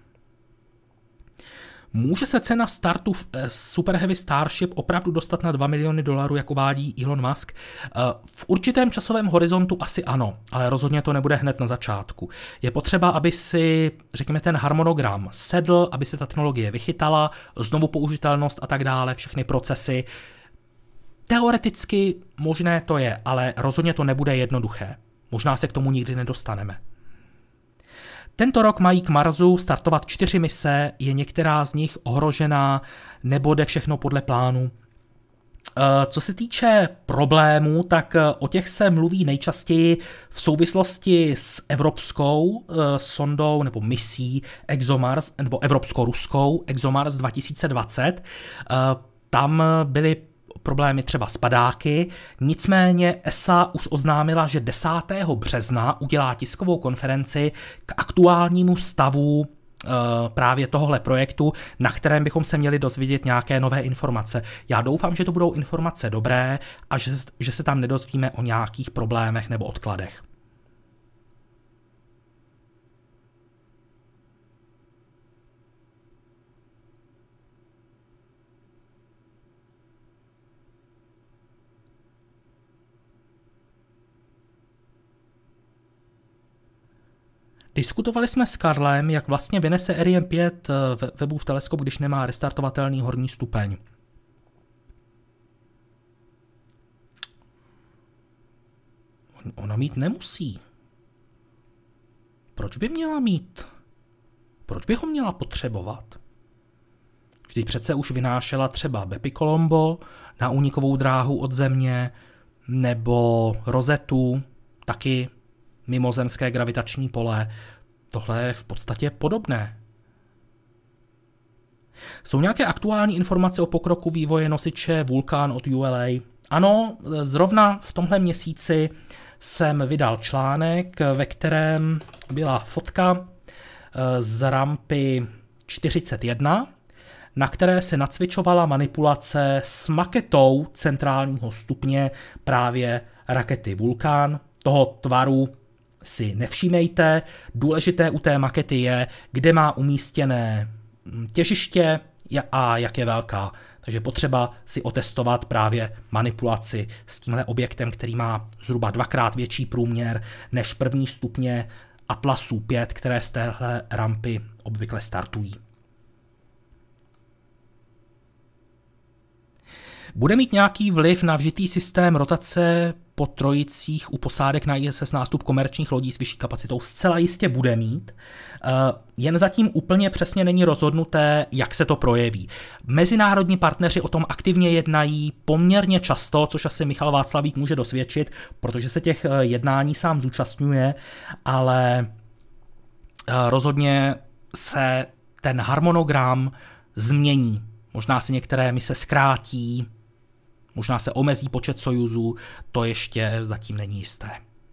Může se cena startu Super Heavy Starship opravdu dostat na dva miliony dolarů, jak uvádí Elon Musk? V určitém časovém horizontu asi ano, ale rozhodně to nebude hned na začátku. Je potřeba, aby si, řekněme, ten harmonogram sedl, aby se ta technologie vychytala, znovu použitelnost a tak dále, všechny procesy. Teoreticky možné to je, ale rozhodně to nebude jednoduché. Možná se k tomu nikdy nedostaneme. Tento rok mají k Marsu startovat čtyři mise, je některá z nich ohrožená, nebo jde všechno podle plánu. Co se týče problémů, tak o těch se mluví nejčastěji v souvislosti s evropskou sondou nebo misí ExoMars, nebo evropsko-ruskou ExoMars dva tisíce dvacet. Tam byly problémy třeba s padáky, nicméně E S A už oznámila, že desátého března udělá tiskovou konferenci k aktuálnímu stavu e, právě tohohle projektu, na kterém bychom se měli dozvědět nějaké nové informace. Já doufám, že to budou informace dobré a že, že se tam nedozvíme o nějakých problémech nebo odkladech. Diskutovali jsme s Karlem, jak vlastně vynese Ariane pět Webbův teleskop, když nemá restartovatelný horní stupeň. Ona mít nemusí. Proč by měla mít? Proč by ho měla potřebovat? Vždyť přece už vynášela třeba Bepicolombo na únikovou dráhu od Země, nebo Rosetu, taky mimozemské gravitační pole. Tohle je v podstatě podobné. Jsou nějaké aktuální informace o pokroku vývoje nosiče Vulcan od U L A? Ano, zrovna v tomhle měsíci jsem vydal článek, ve kterém byla fotka z rampy čtyřicet jedna, na které se nacvičovala manipulace s maketou centrálního stupně právě rakety Vulcan. Toho tvaru si nevšímejte, důležité u té makety je, kde má umístěné těžiště a jak je velká. Takže potřeba si otestovat právě manipulaci s tímhle objektem, který má zhruba dvakrát větší průměr než první stupně Atlasu pět, které z téhle rampy obvykle startují. Bude mít nějaký vliv na vžitý systém rotace po trojicích u posádek na I S S nástup komerčních lodí s vyšší kapacitou? Zcela jistě bude mít, jen zatím úplně přesně není rozhodnuté, jak se to projeví. Mezinárodní partneři o tom aktivně jednají poměrně často, což asi Michal Václavík může dosvědčit, protože se těch jednání sám zúčastňuje, ale rozhodně se ten harmonogram změní. Možná se některé mise zkrátí, možná se omezí počet sojuzů, to ještě zatím není jisté.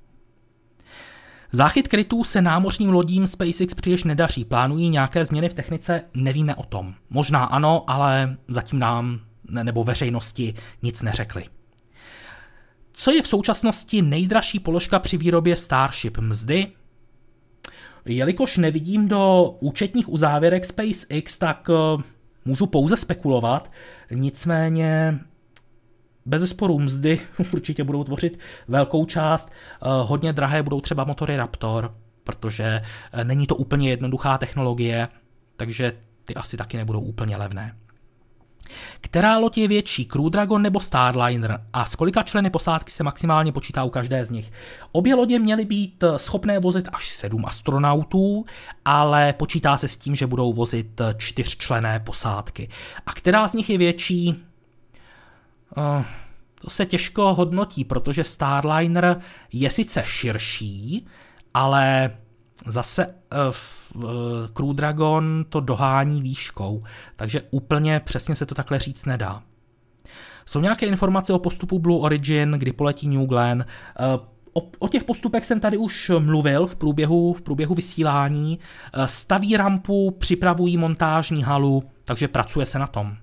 Záchyt krytů se námořním lodím SpaceX příliš nedaří. Plánují nějaké změny v technice? Nevíme o tom. Možná ano, ale zatím nám nebo veřejnosti nic neřekli. Co je v současnosti nejdražší položka při výrobě Starship? Mzdy? Jelikož nevidím do účetních uzávěrek SpaceX, tak můžu pouze spekulovat, nicméně bezesporu mzdy určitě budou tvořit velkou část. Hodně drahé budou třeba motory Raptor, protože není to úplně jednoduchá technologie, takže ty asi taky nebudou úplně levné. Která loď je větší, Crew Dragon nebo Starliner a s kolika členy posádky se maximálně počítá u každé z nich? Obě lodě měly být schopné vozit až sedm astronautů, ale počítá se s tím, že budou vozit čtyřčlenné posádky. A která z nich je větší? Uh, to se těžko hodnotí, protože Starliner je sice širší, ale zase uh, Crew Dragon to dohání výškou, takže úplně přesně se to takhle říct nedá. Jsou nějaké informace o postupu Blue Origin, kdy poletí New Glenn. Uh, o, o těch postupech jsem tady už mluvil v průběhu, v průběhu vysílání. Uh, staví rampu, připravují montážní halu, takže pracuje se na tom.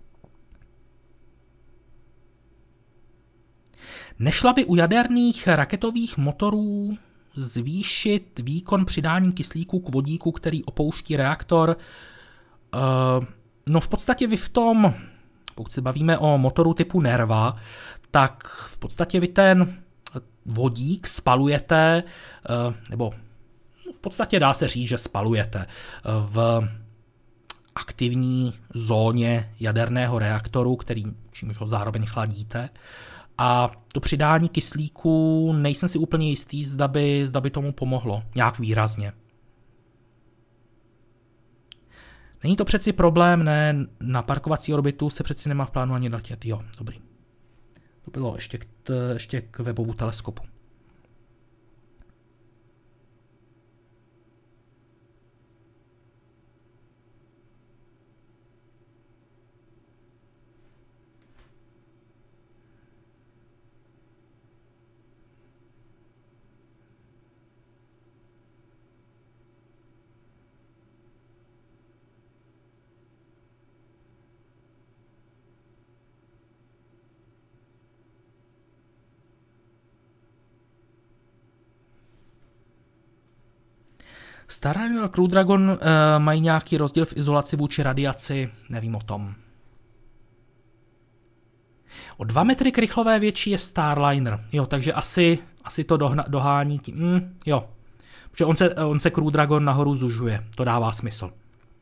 Nešla by u jaderných raketových motorů zvýšit výkon přidání kyslíku k vodíku, který opouští reaktor? Uh, no v podstatě vy v tom, pokud se bavíme o motoru typu Nerva, tak v podstatě vy ten vodík spalujete, uh, nebo v podstatě dá se říct, že spalujete v aktivní zóně jaderného reaktoru, který čímž ho zároveň chladíte. A to přidání kyslíku nejsem si úplně jistý, zda by, zda by tomu pomohlo nějak výrazně. Není to přeci problém, ne? Na parkovací orbitu se přeci nemá v plánu ani letět. Jo, dobrý. To bylo ještě k, t, ještě k webovu teleskopu. Starliner a Crew Dragon uh, mají nějaký rozdíl v izolaci vůči radiaci, nevím o tom. O dva metry krychlové větší je Starliner, jo, takže asi, asi to dohna, dohání tím, mm, jo, protože on se, on se Crew Dragon nahoru zužuje, to dává smysl.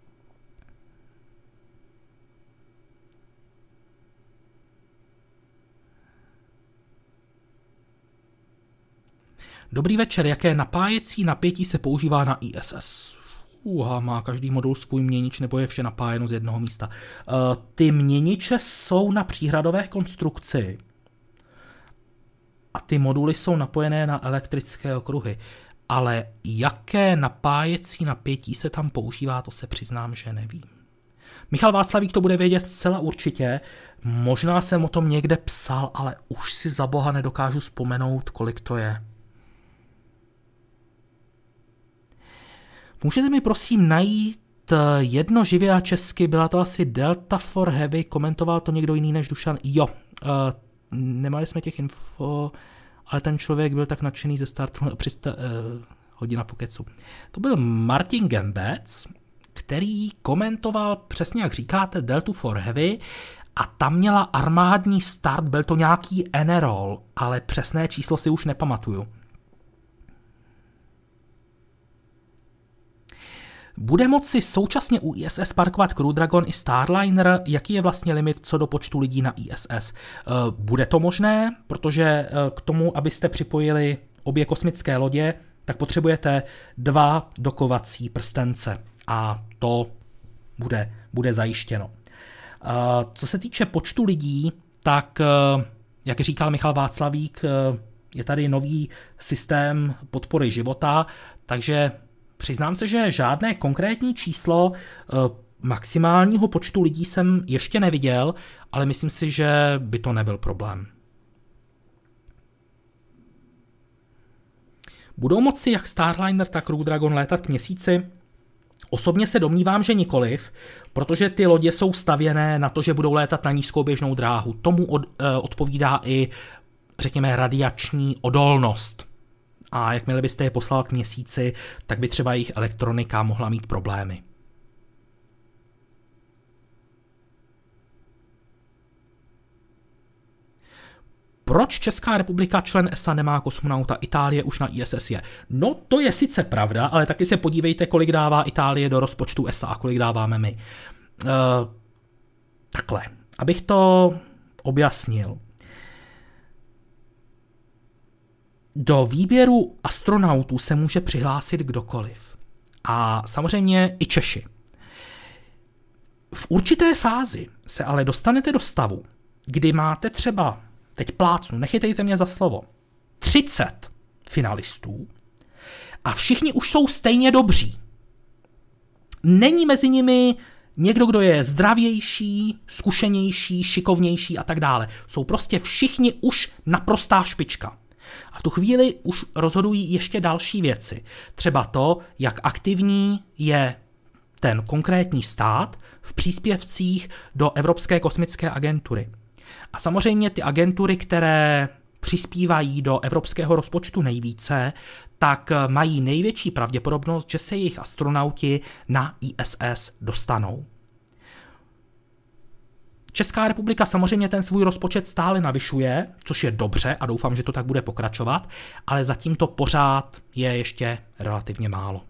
Dobrý večer, jaké napájecí napětí se používá na I S S? Uha, má každý modul svůj měnič, nebo je vše napájeno z jednoho místa. Uh, ty měniče jsou na příhradové konstrukci a ty moduly jsou napojené na elektrické okruhy. Ale jaké napájecí napětí se tam používá, to se přiznám, že nevím. Michal Václavík to bude vědět zcela určitě. Možná jsem o tom někde psal, ale už si za boha nedokážu vzpomenout, kolik to je. Můžete mi prosím najít jedno živě a česky, byla to asi Delta for Heavy, komentoval to někdo jiný než Dušan. Jo, uh, nemali jsme těch info, ale ten člověk byl tak nadšený ze startu při sta- uh, hodina pokecu. To byl Martin Gembec, který komentoval přesně jak říkáte Delta for Heavy a tam měla armádní start, byl to nějaký Enerol, ale přesné číslo si už nepamatuju. Bude moci současně u I S S parkovat Crew Dragon i Starliner? Jaký je vlastně limit co do počtu lidí na I S S? Bude to možné, protože k tomu, abyste připojili obě kosmické lodě, tak potřebujete dva dokovací prstence a to bude, bude zajištěno. Co se týče počtu lidí, tak, jak říkal Michal Václavík, je tady nový systém podpory života, takže přiznám se, že žádné konkrétní číslo maximálního počtu lidí jsem ještě neviděl, ale myslím si, že by to nebyl problém. Budou moci jak Starliner, tak Crew Dragon létat k měsíci? Osobně se domnívám, že nikoliv, protože ty lodě jsou stavěné na to, že budou létat na nízkou běžnou dráhu. Tomu od, eh, odpovídá i, řekněme, radiační odolnost. A jakmile byste je poslal k měsíci, tak by třeba jejich elektronika mohla mít problémy. Proč Česká republika, člen E S A, nemá kosmonauta? Itálie už na I S S je. No, to je sice pravda, ale taky se podívejte, kolik dává Itálie do rozpočtu E S A a kolik dáváme my. Uh, takhle, abych to objasnil. Do výběru astronautů se může přihlásit kdokoliv. A samozřejmě i Češi. V určité fázi se ale dostanete do stavu, kdy máte třeba, teď plácnu, nechytejte mě za slovo, třicet finalistů a všichni už jsou stejně dobří. Není mezi nimi někdo, kdo je zdravější, zkušenější, šikovnější a tak dále. Jsou prostě všichni už naprostá špička. A v tu chvíli už rozhodují ještě další věci. Třeba to, jak aktivní je ten konkrétní stát v příspěvcích do Evropské kosmické agentury. A samozřejmě ty agentury, které přispívají do evropského rozpočtu nejvíce, tak mají největší pravděpodobnost, že se jejich astronauti na I S S dostanou. Česká republika samozřejmě ten svůj rozpočet stále navyšuje, což je dobře a doufám, že to tak bude pokračovat, ale zatím to pořád je ještě relativně málo.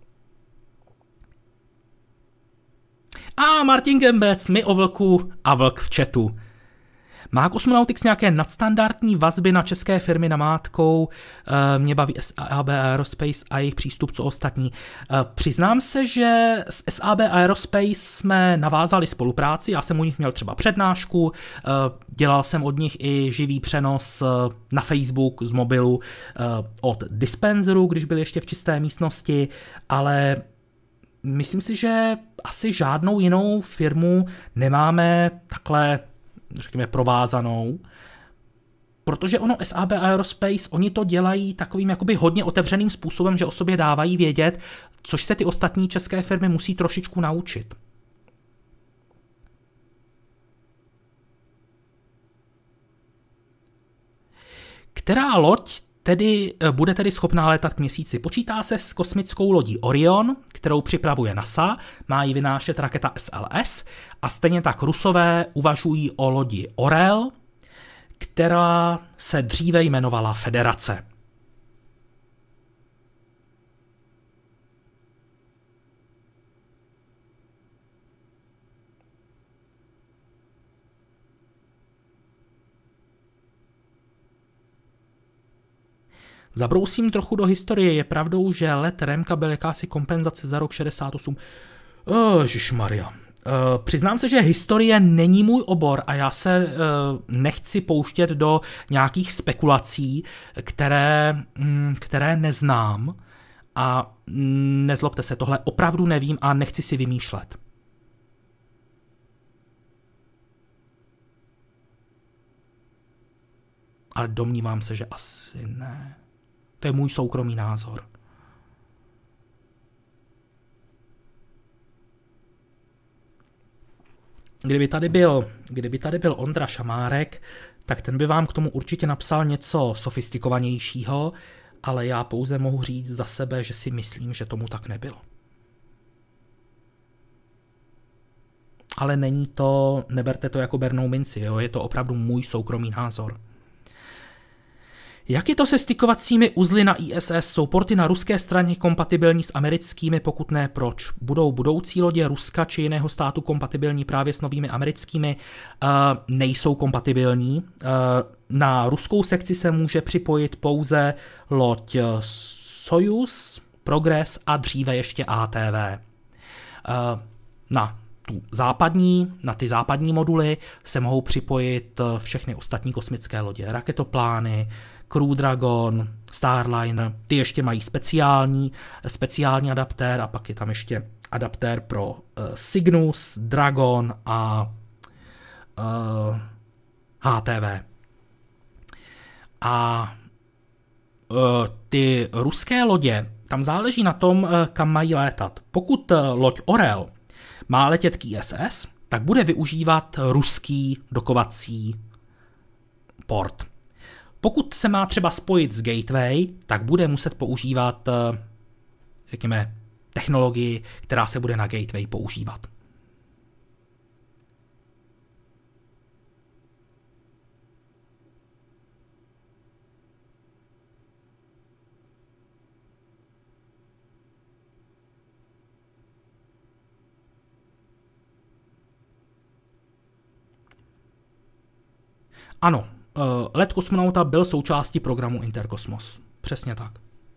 A Martin Gembec, my o vlku a vlk v chatu. Má Cosmonautics nějaké nadstandardní vazby na české firmy namátkou? Mě baví S A B Aerospace a jejich přístup co ostatní. Přiznám se, že s S A B Aerospace jsme navázali spolupráci, já jsem u nich měl třeba přednášku, dělal jsem od nich i živý přenos na Facebook z mobilu od dispenzeru, když byl ještě v čisté místnosti, ale myslím si, že asi žádnou jinou firmu nemáme takhle, řekněme, provázanou, protože ono S A B Aerospace, oni to dělají takovým jakoby hodně otevřeným způsobem, že o sobě dávají vědět, což se ty ostatní české firmy musí trošičku naučit. Která loď tedy bude tedy schopná létat k měsíci? Počítá se s kosmickou lodí Orion, kterou připravuje NASA, má ji vynášet raketa S L S a stejně tak Rusové uvažují o lodi Orel, která se dříve jmenovala Federace. Zabrousím trochu do historie. Je pravdou, že let Remka byl jakási kompenzace za rok šedesát osm? Oh, Ježišmarja. Uh, přiznám se, že historie není můj obor a já se uh, nechci pouštět do nějakých spekulací, které, mm, které neznám a mm, nezlobte se, tohle opravdu nevím a nechci si vymýšlet. Ale domnívám se, že asi ne. To je můj soukromý názor. Kdyby tady byl, kdyby tady byl Ondra Šamárek, tak ten by vám k tomu určitě napsal něco sofistikovanějšího, ale já pouze mohu říct za sebe, že si myslím, že tomu tak nebylo. Ale není to, neberte to jako bernou minci, jo? Je to opravdu můj soukromý názor. Jak je to se stykovacími uzly na I S S? Jsou porty na ruské straně kompatibilní s americkými, pokud ne, proč? Budou budoucí lodě Ruska či jiného státu kompatibilní právě s novými americkými? Uh, nejsou kompatibilní. Uh, na ruskou sekci se může připojit pouze loď Sojuz, Progress a dříve ještě A T V. Uh, na tu západní, na ty západní moduly se mohou připojit všechny ostatní kosmické lodě, raketoplány, Crew Dragon, Starliner, ty ještě mají speciální, speciální adaptér a pak je tam ještě adaptér pro uh, Cygnus, Dragon a uh, H T V. A uh, ty ruské lodě, tam záleží na tom, uh, kam mají létat. Pokud uh, loď Orel má letět k I S S, tak bude využívat ruský dokovací port. Pokud se má třeba spojit s Gateway, tak bude muset používat, řekněme, technologii, která se bude na Gateway používat. Ano, let kosmonauta byl součástí programu Interkosmos. Přesně tak.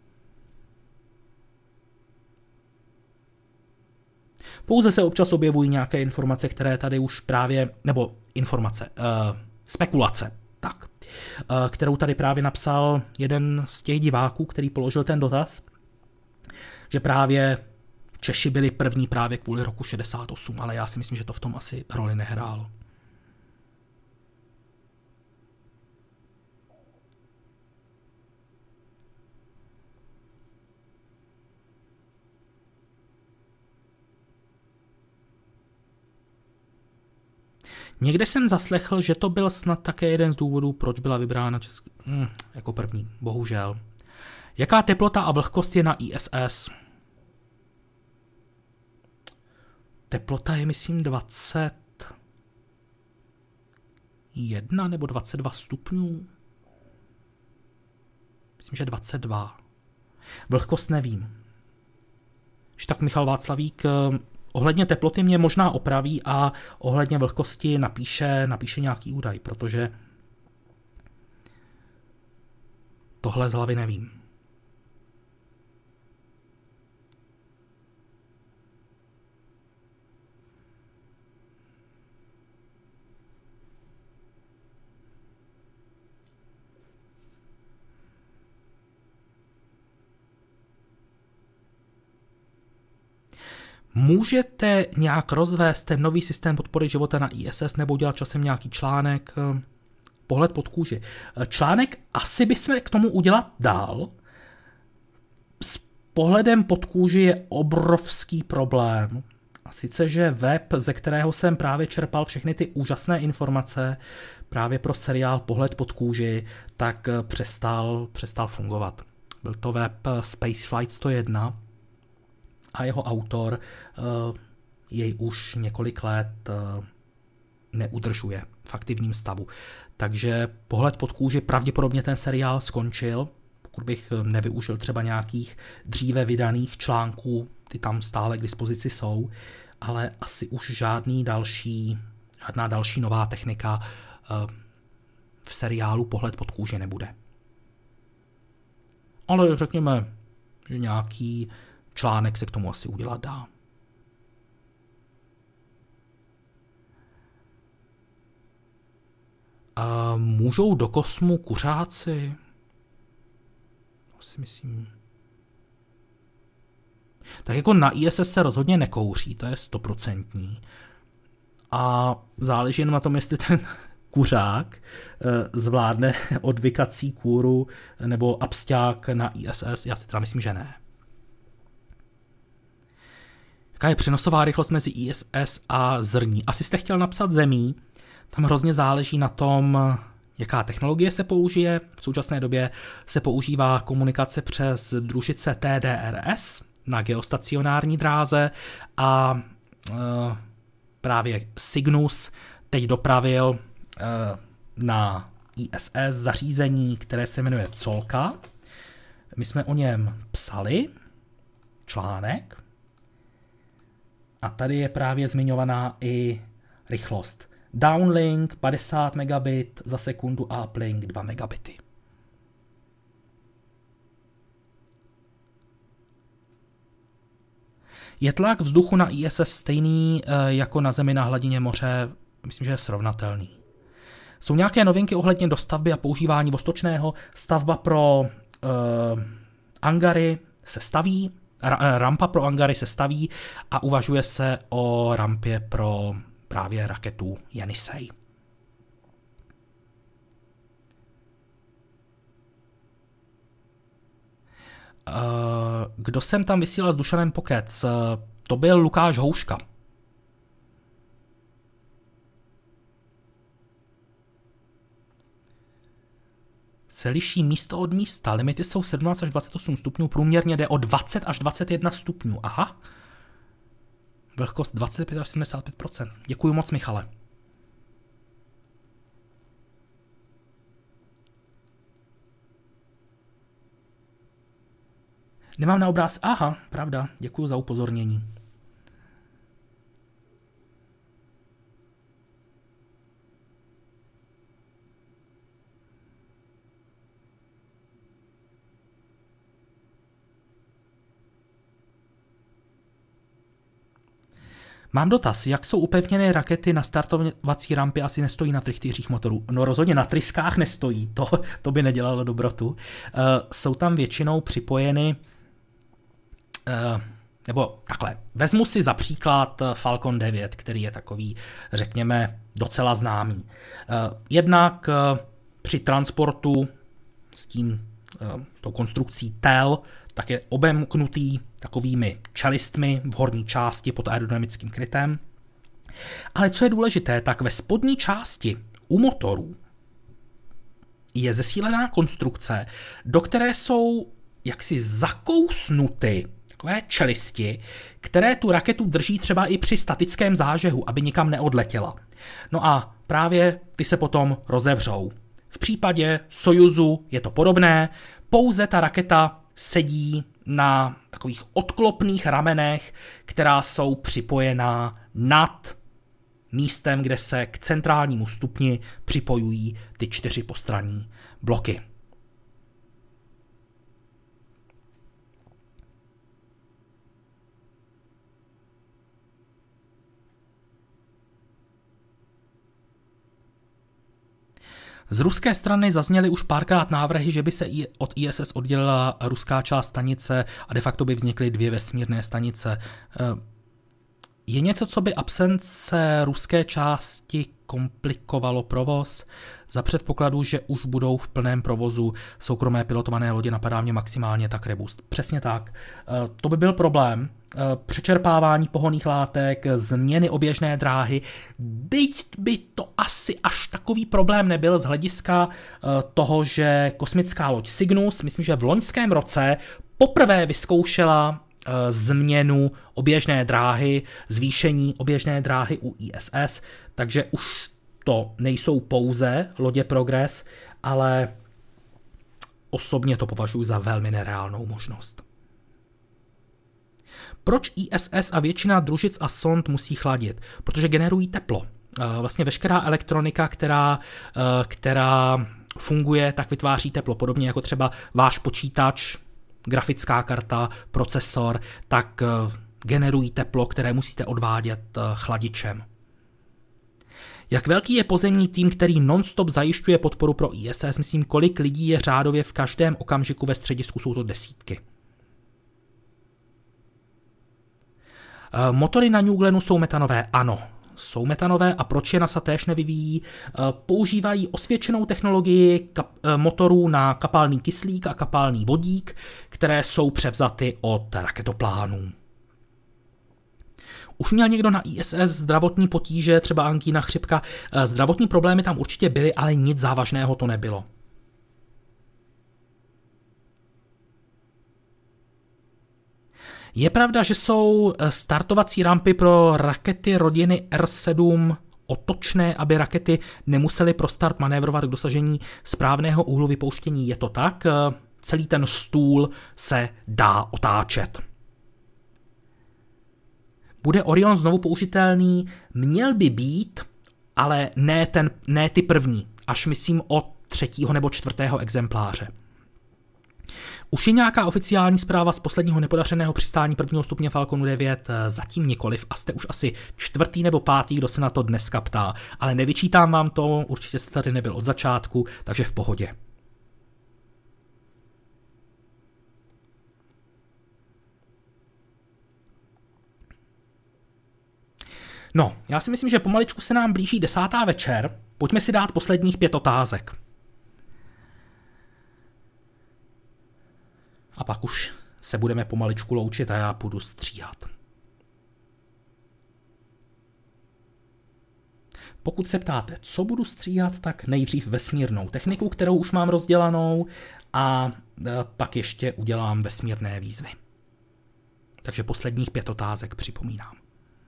Pouze se občas objevují nějaké informace, které tady už právě, nebo informace, uh, spekulace, tak, uh, kterou tady právě napsal jeden z těch diváků, který položil ten dotaz. že právě Češi byli první právě kvůli roku šedesát osm, ale já si myslím, že to v tom asi roli nehrálo. Někde jsem zaslechl, že to byl snad také jeden z důvodů, proč byla vybrána Česká hm, jako první, bohužel. Jaká teplota a vlhkost je na I S S? Teplota je, myslím, dvacet jedna nebo dvacet dva stupňů. Myslím, že dvacet dva. Vlhkost nevím. Když tak Michal Václavík ohledně teploty mě možná opraví a ohledně vlhkosti napíše, napíše nějaký údaj, protože tohle z hlavy nevím. Můžete nějak rozvést ten nový systém podpory života na I S S nebo udělat časem nějaký článek? Pohled pod kůži. Článek asi bychom k tomu udělat dál. S pohledem pod kůži je obrovský problém. A sice, že web, ze kterého jsem právě čerpal všechny ty úžasné informace právě pro seriál Pohled pod kůži, tak přestal, přestal fungovat. Byl to web Spaceflight sto jedna. A jeho autor uh, jej už několik let uh, neudržuje v aktivním stavu. Takže Pohled pod kůži, pravděpodobně ten seriál skončil, pokud bych nevyužil třeba nějakých dříve vydaných článků, ty tam stále k dispozici jsou, ale asi už žádný další, žádná další nová technika uh, v seriálu Pohled pod kůži nebude. Ale řekněme, že nějaký článek se k tomu asi udělat dá. A můžou do kosmu kuřáci? To si myslím. Tak jako na I S S se rozhodně nekouří, to je stoprocentní. A záleží jen na tom, jestli ten kuřák zvládne odvykací kůru nebo absťák na I S S. Já si teda myslím, že ne. Jaká je přenosová rychlost mezi I S S a zrní? Asi jste chtěl napsat zemí, tam hrozně záleží na tom, jaká technologie se použije. V současné době se používá komunikace přes družice T D R S na geostacionární dráze a e, právě Cygnus teď dopravil e, na I S S zařízení, které se jmenuje Colka. My jsme o něm psali článek. A tady je právě zmiňovaná i rychlost. Downlink padesát megabit za sekundu a uplink dva megabity. Je tlak vzduchu na I S S stejný jako na Zemi na hladině moře? Myslím, že je srovnatelný. Jsou nějaké novinky ohledně dostavby a používání vostočného? Stavba pro uh, angary se staví, rampa pro angary se staví a uvažuje se o rampě pro právě raketu Yenisej. Kdo jsem tam vysílal s Dušanem Pokec? To byl Lukáš Houška. Se liší místo od místa. Limity jsou sedmnáct až dvacet osm stupňů, průměrně jde o dvacet až dvacet jedna stupňů. Aha. Vlhkost dvacet pět až sedmdesát pět procent. Děkuji moc, Michale. Nemám na obráz. Aha, pravda. Děkuji za upozornění. Mám dotaz, jak jsou upevněné rakety na startovací rampě, asi nestojí na trychtýřích motorů. No rozhodně na tryskách nestojí, to, to by nedělalo dobrotu. Uh, jsou tam většinou připojeny uh, nebo takhle, vezmu si za příklad Falcon devět, který je takový, řekněme, docela známý. Uh, jednak uh, při transportu s tím, uh, s tou konstrukcí T E L, tak je obemknutý takovými čelistmi v horní části pod aerodynamickým krytem. Ale co je důležité, tak ve spodní části u motorů je zesílená konstrukce, do které jsou jaksi zakousnuty takové čelisti, které tu raketu drží třeba i při statickém zážehu, aby nikam neodletěla. No a právě ty se potom rozevřou. V případě Sojuzu je to podobné, pouze ta raketa sedí na takových odklopných ramenech, která jsou připojená nad místem, kde se k centrálnímu stupni připojují ty čtyři postranní bloky. Z ruské strany zazněly už párkrát návrhy, že by se od I S S oddělila ruská část stanice a de facto by vznikly dvě vesmírné stanice. Je něco, co by absence ruské části komplikovalo provoz? Za předpokladu, že už budou v plném provozu soukromé pilotované lodě, napadá mě maximálně tak Rebus. Přesně tak. To by byl problém. Přečerpávání pohonných látek, změny oběžné dráhy, byť by to asi až takový problém nebyl z hlediska toho, že kosmická loď Cygnus, myslím, že v loňském roce poprvé vyzkoušela změnu oběžné dráhy, zvýšení oběžné dráhy u I S S, takže už to nejsou pouze lodě Progress, ale osobně to považuji za velmi nereálnou možnost. Proč I S S a většina družic a sond musí chladit? Protože generují teplo. Vlastně veškerá elektronika, která, která funguje, tak vytváří teplo. Podobně jako třeba váš počítač, grafická karta, procesor, tak generují teplo, které musíte odvádět chladičem. Jak velký je pozemní tým, který non-stop zajišťuje podporu pro I S S? Myslím, kolik lidí je řádově v každém okamžiku ve středisku, jsou to desítky. Motory na New Glennu jsou metanové? Ano, jsou metanové. A proč je NASA též nevyvíjí? Používají osvědčenou technologii kap- motorů na kapalný kyslík a kapalný vodík, které jsou převzaty od raketoplánů. Už měl někdo na I S S zdravotní potíže, třeba angína, chřipka? Zdravotní problémy tam určitě byly, ale nic závažného to nebylo. Je pravda, že jsou startovací rampy pro rakety rodiny R sedm otočné, aby rakety nemusely pro start manévrovat k dosažení správného úhlu vypouštění? Je to tak? Celý ten stůl se dá otáčet. Bude Orion znovu použitelný? Měl by být, ale ne, ten, ne ty první, až myslím od třetího nebo čtvrtého exempláře. Už je nějaká oficiální zpráva z posledního nepodařeného přistání prvního stupně Falconu devět? Zatím nikoliv a jste už asi čtvrtý nebo pátý, kdo se na to dneska ptá. Ale nevyčítám vám to, určitě jste tady nebyl od začátku, takže v pohodě. No, já si myslím, že pomaličku se nám blíží desátá večer. Pojďme si dát posledních pět otázek. A pak už se budeme pomaličku loučit a já půjdu stříhat. Pokud se ptáte, co budu stříhat, tak nejdřív vesmírnou techniku, kterou už mám rozdělanou, a pak ještě udělám vesmírné výzvy. Takže posledních pět otázek připomínám.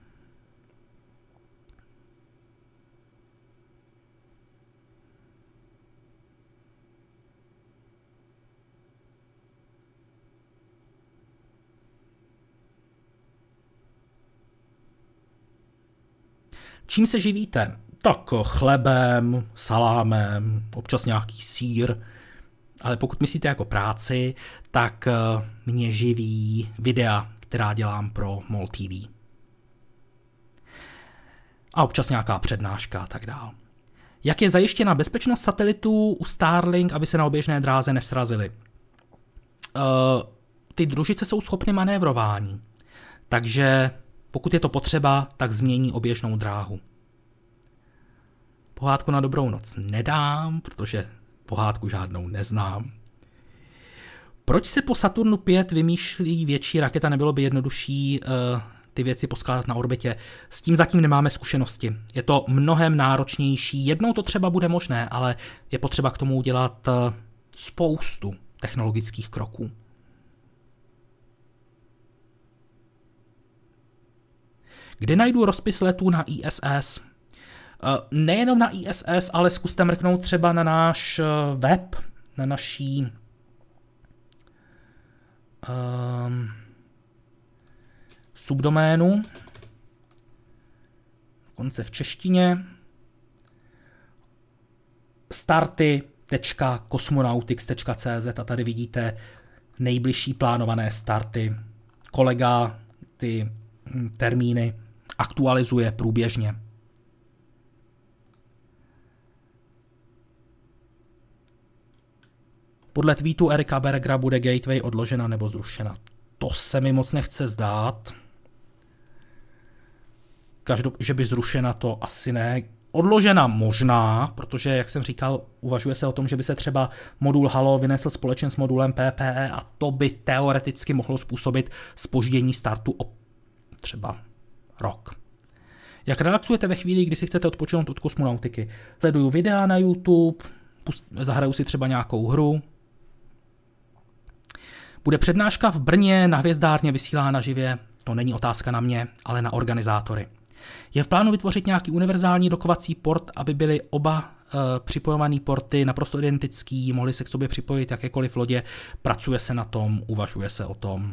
Čím se živíte? Tak chlebem, salámem, občas nějaký sýr, ale pokud myslíte jako práci, tak mě živí videa, která dělám pro M O L T V. A občas nějaká přednáška a tak dál. Jak je zajištěna bezpečnost satelitů u Starlink, aby se na oběžné dráze nesrazily? Uh, ty družice jsou schopny manévrování. Takže pokud je to potřeba, tak změní oběžnou dráhu. Pohádku na dobrou noc nedám, protože pohádku žádnou neznám. Proč se po Saturnu pět vymýšlí větší raketa? Nebylo by jednodušší uh, ty věci poskládat na orbitě? S tím zatím nemáme zkušenosti. Je to mnohem náročnější. Jednou to třeba bude možné, ale je potřeba k tomu udělat uh, spoustu technologických kroků. Kde najdu rozpis letů na I S S? Nejenom na I S S, ale zkuste mrknout třeba na náš web, na naší um, subdoménu, dokonce v češtině, starty tečka cosmonautics tečka cé zet a tady vidíte nejbližší plánované starty. Kolega ty termíny aktualizuje průběžně. Podle tweetu Erika Bergera bude Gateway odložena nebo zrušena. To se mi moc nechce zdát. Každop, že by zrušena, to asi ne. Odložena možná, protože, jak jsem říkal, uvažuje se o tom, že by se třeba modul Halo vynesl společně s modulem P P E a to by teoreticky mohlo způsobit zpoždění startu o třeba rok. Jak relaxujete ve chvíli, kdy si chcete odpočinout od kosmonautiky? Sleduju videa na YouTube, zahraju si třeba nějakou hru. Bude přednáška v Brně na Hvězdárně vysílána živě, to není otázka na mě, ale na organizátory. Je v plánu vytvořit nějaký univerzální dokovací port, aby byly oba uh, připojované porty naprosto identický, mohly se k sobě připojit jakékoliv lodě, pracuje se na tom, uvažuje se o tom.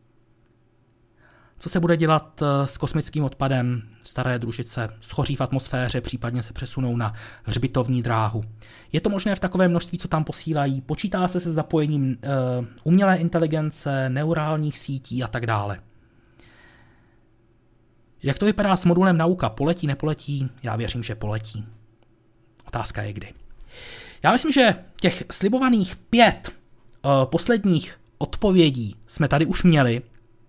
Co se bude dělat s kosmickým odpadem? Staré družice schoří v atmosféře, případně se přesunou na hřbitovní dráhu. Je to možné v takové množství, co tam posílají? Počítá se se zapojením e, umělé inteligence, neurálních sítí a tak dále. Jak to vypadá s modulem nauka? Poletí, nepoletí? Já věřím, že poletí. Otázka je kdy. Já myslím, že těch slibovaných pět e, posledních odpovědí jsme tady už měli.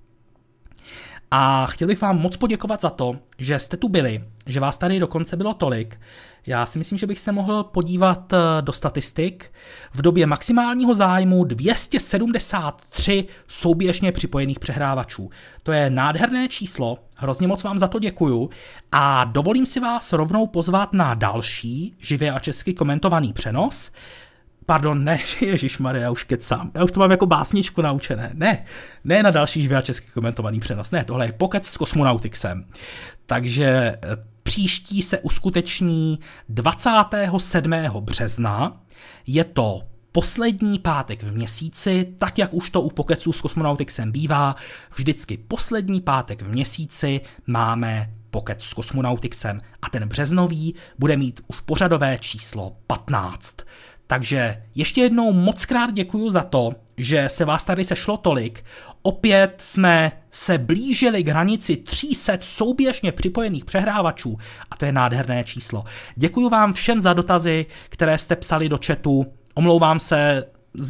A chtěl bych vám moc poděkovat za to, že jste tu byli, že vás tady dokonce bylo tolik. Já si myslím, že bych se mohl podívat do statistik. V době maximálního zájmu dvě stě sedmdesát tři souběžně připojených přehrávačů. To je nádherné číslo, hrozně moc vám za to děkuju a dovolím si vás rovnou pozvat na další živě a česky komentovaný přenos. Pardon, ne, ježišmarja, já už kecám. Já už to mám jako básničku naučené. Ne, ne na další živě a česky komentovaný přenos. Ne, tohle je pokec s Kosmonautixem. Takže příští se uskuteční dvacátého sedmého března. Je to poslední pátek v měsíci, tak jak už to u pokeců s Kosmonautixem bývá. Vždycky poslední pátek v měsíci máme pokec s Kosmonautixem a ten březnový bude mít už pořadové číslo patnáct. Takže ještě jednou moc krát děkuju za to, že se vás tady sešlo tolik. Opět jsme se blížili k hranici tři sta souběžně připojených přehrávačů a to je nádherné číslo. Děkuju vám všem za dotazy, které jste psali do chatu. Omlouvám se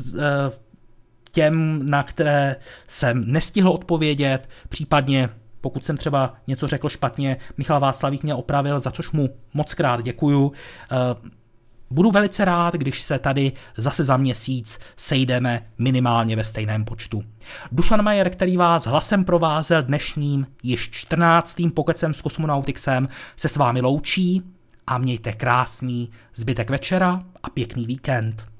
těm, na které jsem nestihl odpovědět, případně pokud jsem třeba něco řekl špatně, Michal Václavík mě opravil, za což mu moc krát děkuju. Budu velice rád, když se tady zase za měsíc sejdeme minimálně ve stejném počtu. Dušan Majer, který vás hlasem provázel dnešním již čtrnáctým pokecem s Kosmonautixem, se s vámi loučí a mějte krásný zbytek večera a pěkný víkend.